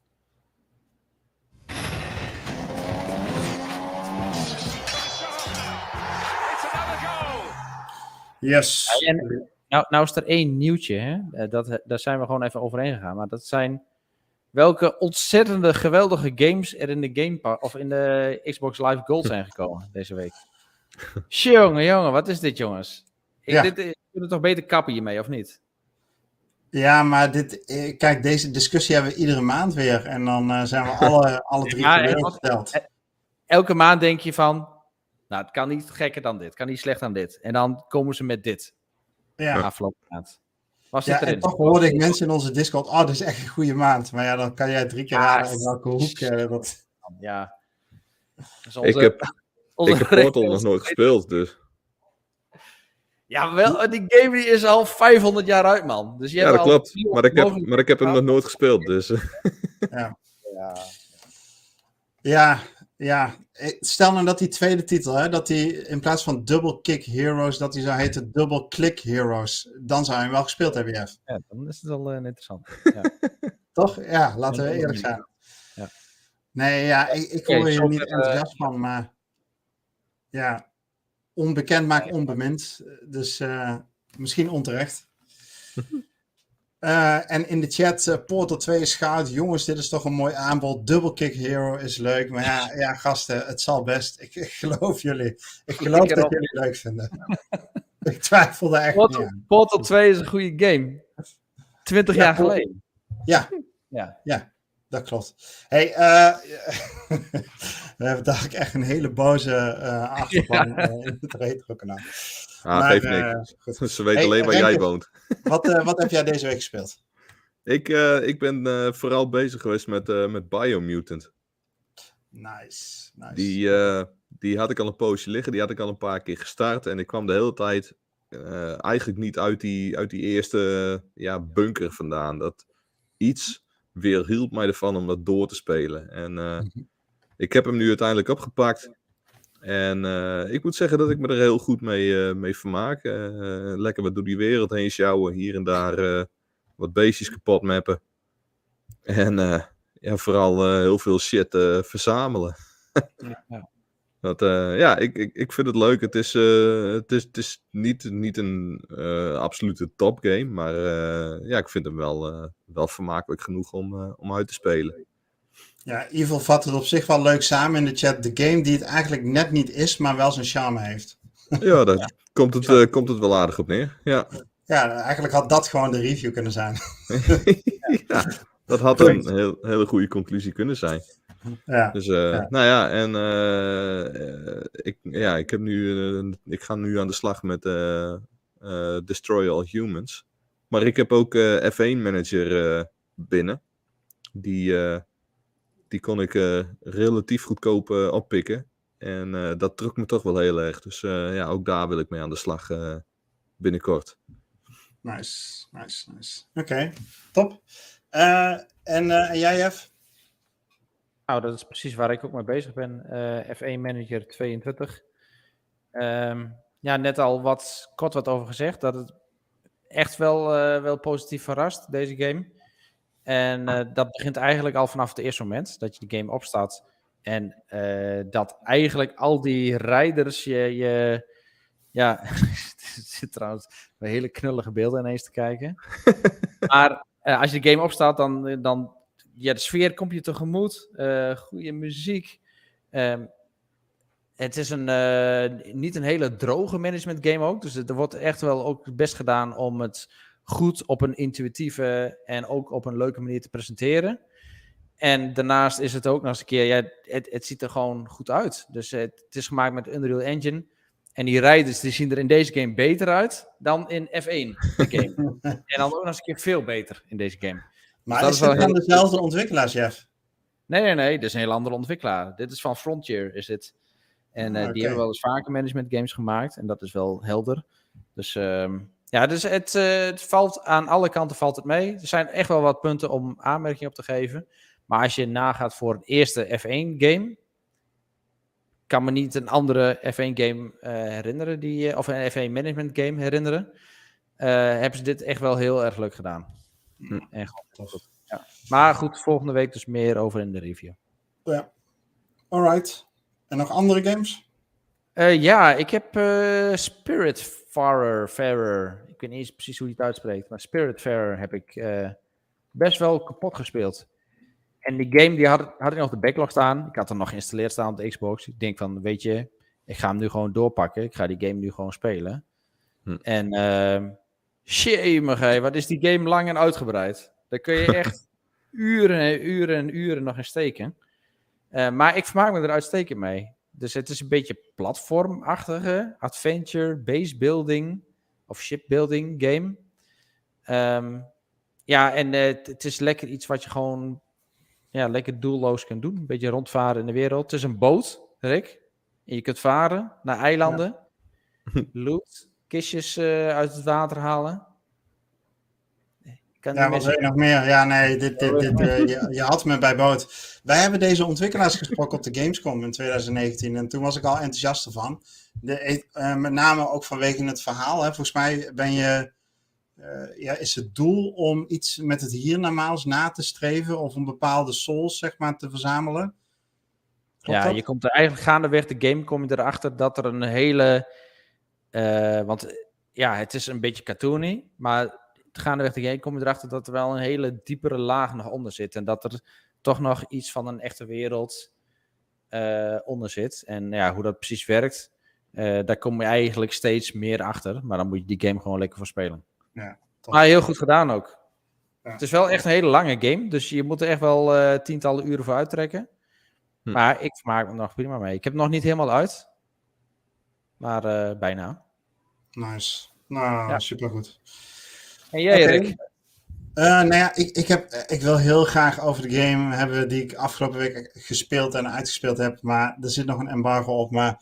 Yes. Ja, en, nou, nou is er één nieuwtje, hè? Dat, daar zijn we gewoon even overheen gegaan. Maar dat zijn welke ontzettende geweldige games er in de Game Pass of in de Xbox Live Gold zijn gekomen deze week. Jongen, jongen, wat is dit, jongens? Ik, Ja. dit, ik moet er toch beter kappen hiermee, of niet? Ja, maar dit, kijk, deze discussie hebben we iedere maand weer. En dan uh, zijn we alle, alle drie Ja, teleurgesteld. Elke maand denk je van, nou, het kan niet gekker dan dit. Het kan niet slechter dan dit. En dan komen ze met dit. Ja, Afgelopen maand. Was ja dit erin? En toch hoorde ik mensen in onze Discord, oh, dit is echt een goede maand. Maar ja, dan kan jij drie keer Ja, raden in welke hoek. Uh, dat... Ja. Onze, ik heb, onze ik heb Portal nog nooit gespeeld, dus... Ja, wel, die game die is al vijfhonderd jaar uit, man. Dus je ja, hebt dat al klopt. Maar ik, heb, maar ik heb hem nog nooit gespeeld, dus... ja. Ja. ja, ja. Stel nou dat die tweede titel, hè, dat die in plaats van Double Kick Heroes, dat die zou heten Double Click Heroes. Dan zou je hem wel gespeeld hebben, Jeff. Ja, dan is het wel uh, interessant. Ja. Toch? Ja, laten we eerlijk zijn. Ja. Nee, ja, ik, ik hoor hier niet enthousiast van, maar... Ja... Onbekend maakt onbemind. Dus uh, misschien onterecht. uh, en in de chat, uh, Portal twee is goud. Jongens, dit is toch een mooi aanbod. Double Kick Hero is leuk. Maar ja, ja gasten, het zal best. Ik, ik geloof jullie. Ik geloof ik dat jullie het leuk vinden. Ik twijfel er echt Portal, niet aan. Portal twee is een goede game. Twintig ja, jaar geleden. Ja. Ja. Ja. Dat klopt. Hey, uh, we hebben daar echt een hele boze uh, achterban ja. uh, in het retro-kanaal. Ah, maar, geeft uh, niks. Ze weten hey, alleen waar Renke, jij woont. Wat, uh, wat heb jij deze week gespeeld? Ik, uh, ik ben uh, vooral bezig geweest met, uh, met Biomutant. Nice, nice. Die, uh, die had ik al een poosje liggen. Die had ik al een paar keer gestart. En ik kwam de hele tijd uh, eigenlijk niet uit die, uit die eerste uh, ja, bunker vandaan. Dat iets... weer hielp mij ervan om dat door te spelen. En uh, mm-hmm. ik heb hem nu uiteindelijk opgepakt. En uh, ik moet zeggen dat ik me er heel goed mee, uh, mee vermaak. Uh, lekker wat door die wereld heen sjouwen. Hier en daar uh, wat beestjes kapot mappen. En uh, ja, vooral uh, heel veel shit uh, verzamelen. ja. Dat, uh, ja, ik, ik, ik vind het leuk. Het is, uh, het is, het is niet, niet een uh, absolute topgame. Maar uh, ja, ik vind hem wel, uh, wel vermakelijk genoeg om, uh, om uit te spelen. Ja, Evil vat het op zich wel leuk samen in de chat. De game die het eigenlijk net niet is, maar wel zijn charme heeft. Ja, daar ja. komt, het, uh, komt het wel aardig op neer. Ja. Ja, eigenlijk had dat gewoon de review kunnen zijn. ja, dat had een heel, hele goede conclusie kunnen zijn. Ja, dus, uh, ja. nou ja, en uh, ik, ja, ik, heb nu, uh, ik ga nu aan de slag met uh, uh, Destroy All Humans. Maar ik heb ook uh, F één Manager uh, binnen. Die, uh, die kon ik uh, relatief goedkoop uh, oppikken. En uh, dat trok me toch wel heel erg. Dus uh, ja, ook daar wil ik mee aan de slag uh, binnenkort. Nice, nice, nice. Oké, okay, top. Uh, en, uh, en jij, Jeff? Nou, dat is precies waar ik ook mee bezig ben. Uh, F één Manager tweeëntwintig. Um, ja, net al wat kort wat over gezegd. Dat het echt wel, uh, wel positief verrast, deze game. En uh, dat begint eigenlijk al vanaf het eerste moment dat je de game opstart. En uh, dat eigenlijk al die rijders je... je ja, er zit trouwens een hele knullige beelden ineens te kijken. Maar uh, als je de game opstart, dan... dan ja, de sfeer komt je tegemoet. Uh, goede muziek. Um, het is een, uh, niet een hele droge management game ook. Dus er wordt echt wel ook best gedaan om het goed op een intuïtieve en ook op een leuke manier te presenteren. En daarnaast is het ook nog eens een keer, ja, het, het ziet er gewoon goed uit. Dus het, het is gemaakt met Unreal Engine. En die rijders die zien er in deze game beter uit dan in F één, de game. En dan ook nog eens een keer veel beter in deze game. Maar dus is het dan heel... dezelfde ontwikkelaars, Jeff? Nee, nee, nee. Dit is een heel andere ontwikkelaar. Dit is van Frontier, is dit. En uh, Ah, oké. die hebben wel eens vaker management games gemaakt. En dat is wel helder. Dus um, ja, dus het, uh, het valt aan alle kanten valt het mee. Er zijn echt wel wat punten om aanmerking op te geven. Maar als je nagaat voor een eerste F één game, kan me niet een andere F één game uh, herinneren, die, of een F één management game herinneren. Uh, hebben ze dit echt wel heel erg leuk gedaan. Hm. En goed. Ja. Maar goed, volgende week dus meer over in de review. Ja. Alright. En nog andere games? Uh, ja, ik heb uh, Spiritfarer, Farer. Ik weet niet eens precies hoe je het uitspreekt, maar Spiritfarer heb ik uh, best wel kapot gespeeld. En die game die had, had ik nog de backlog staan. Ik had hem nog geïnstalleerd staan op de Xbox. Ik denk van, weet je, ik ga hem nu gewoon doorpakken. Ik ga die game nu gewoon spelen. Hm. En uh, shit, wat is die game lang en uitgebreid. Daar kun je echt uren en uren en uren nog in steken. Uh, maar ik vermaak me er uitstekend mee. Dus het is een beetje platformachtige, adventure, base building of shipbuilding game. Um, ja, en uh, t- het is lekker iets wat je gewoon ja, lekker doelloos kunt doen. Een beetje rondvaren in de wereld. Het is een boot, Rick. En je kunt varen naar eilanden. Ja. Loot, kistjes uh, uit het water halen. Kan ja, wat wil je nog meer? Ja, nee, dit, dit, dit, uh, je, je had me bij boot. Wij hebben deze ontwikkelaars gesproken op de Gamescom in twintig negentien en toen was ik al enthousiast ervan. De, uh, met name ook vanwege het verhaal. Hè. Volgens mij ben je, uh, ja, is het doel om iets met het hiernamaals na te streven of een bepaalde souls, zeg maar, te verzamelen? Klopt ja, dat? Je komt er eigenlijk gaandeweg de game kom je erachter dat er een hele, uh, want ja, het is een beetje cartoony, maar gaandeweg de game kom je erachter dat er wel een hele diepere laag nog onder zit. En dat er toch nog iets van een echte wereld uh, onder zit. En ja, hoe dat precies werkt, uh, daar kom je eigenlijk steeds meer achter. Maar dan moet je die game gewoon lekker voor spelen. Ja, maar heel goed gedaan ook. Ja. Het is wel echt een hele lange game. Dus je moet er echt wel uh, tientallen uren voor uittrekken. Hm. Maar ik maak me nog prima mee. Ik heb het nog niet helemaal uit. Maar uh, bijna. Nice. Nou, ja. Supergoed. En jij, okay. Rick? Uh, nou ja, ik, ik, heb, ik wil heel graag over de game hebben die ik afgelopen week gespeeld en uitgespeeld heb. Maar er zit nog een embargo op. Maar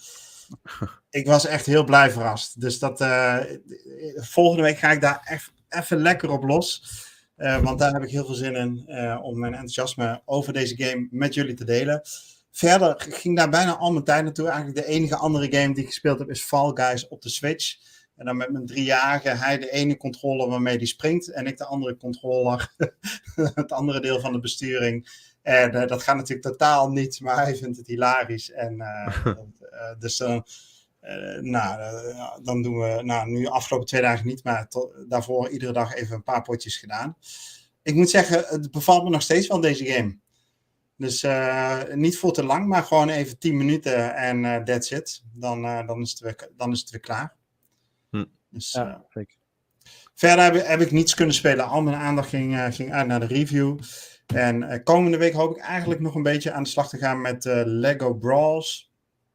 ik was echt heel blij verrast. Dus dat, uh, volgende week ga ik daar echt even lekker op los. Uh, want daar heb ik heel veel zin in uh, om mijn enthousiasme over deze game met jullie te delen. Verder ging daar bijna al mijn tijd naartoe. Eigenlijk de enige andere game die ik gespeeld heb is Fall Guys op de Switch. En dan met mijn driejarige, hij de ene controller waarmee die springt en ik de andere controller, het andere deel van de besturing. En uh, dat gaat natuurlijk totaal niet, maar hij vindt het hilarisch. En uh, dat, uh, dus uh, uh, nou, uh, dan doen we, nou nu afgelopen twee dagen niet, maar to, daarvoor iedere dag even een paar potjes gedaan. Ik moet zeggen, het bevalt me nog steeds wel deze game. Dus uh, niet voor te lang, maar gewoon even tien minuten en uh, that's it. Dan, uh, dan, is het weer, dan is het weer klaar. Hm. Dus, ja, uh, verder heb, heb ik niets kunnen spelen. Al mijn aandacht ging, uh, ging uit naar de review. En uh, komende week hoop ik eigenlijk nog een beetje aan de slag te gaan met uh, Lego Brawls.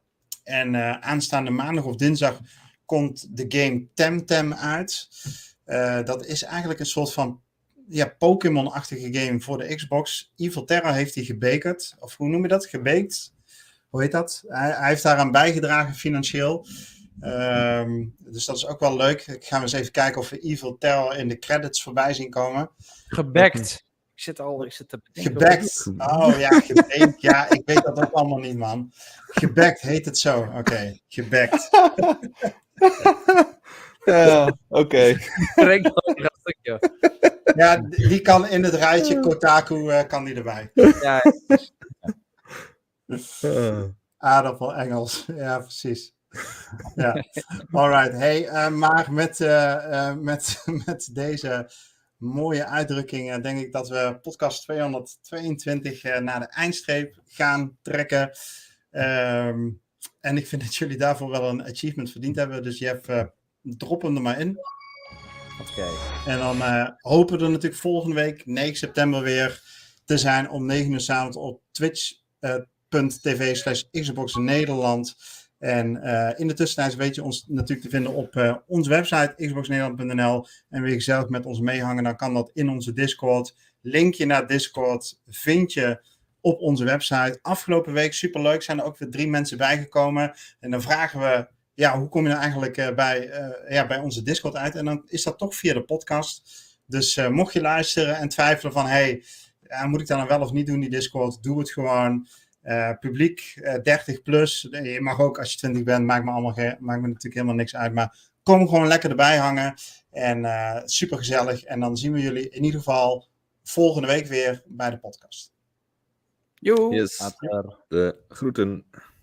En uh, aanstaande maandag of dinsdag komt de game Temtem uit. Uh, dat is eigenlijk een soort van ja, Pokémon-achtige game voor de Xbox. Evil Terra heeft die gebakerd. Of hoe noem je dat? Gebaked? Hoe heet dat? Hij, hij heeft daaraan bijgedragen financieel. Um, dus dat is ook wel leuk. Ik ga eens even kijken of we Evil Terror in de credits voorbij zien komen. Gebackt. Ik zit al, ik zit te bedenken. Gebackt. Oh ja, gebackt. Ja, ik weet dat ook allemaal niet, man. Gebackt heet het zo. Oké, okay. Gebackt. Ja, oké. Okay. Ja, die kan in het rijtje Kotaku uh, kan die erbij. Ja. Aardappel Engels. Ja, precies. Ja, alright. Hey, uh, maar met, uh, uh, met, met deze mooie uitdrukkingen denk ik dat we podcast tweehonderdtweeëntwintig uh, naar de eindstreep gaan trekken. Um, en ik vind dat jullie daarvoor wel een achievement verdiend hebben. Dus Jeff, uh, drop hem er maar in. Oké. Okay. En dan uh, hopen we er natuurlijk volgende week, negen september, weer te zijn om negen uur 's avonds op twitch punt tv slash Xbox Nederland. En uh, in de tussentijd weet je ons natuurlijk te vinden op uh, onze website xbox nederland punt n l. En wil je zelf met ons meehangen, dan kan dat in onze Discord. Linkje naar Discord vind je op onze website. Afgelopen week, superleuk, zijn er ook weer drie mensen bijgekomen. En dan vragen we, ja, hoe kom je nou eigenlijk uh, bij, uh, ja, bij onze Discord uit? En dan is dat toch via de podcast. Dus uh, mocht je luisteren en twijfelen van, hey, uh, moet ik dat nou wel of niet doen, die Discord? Doe het gewoon. Uh, publiek, uh, dertig plus. Je mag ook als je twintig bent, maakt me, allemaal ge- maakt me natuurlijk helemaal niks uit. Maar kom gewoon lekker erbij hangen. En uh, super gezellig. En dan zien we jullie in ieder geval volgende week weer bij de podcast. Joe. Yes. Later. De groeten.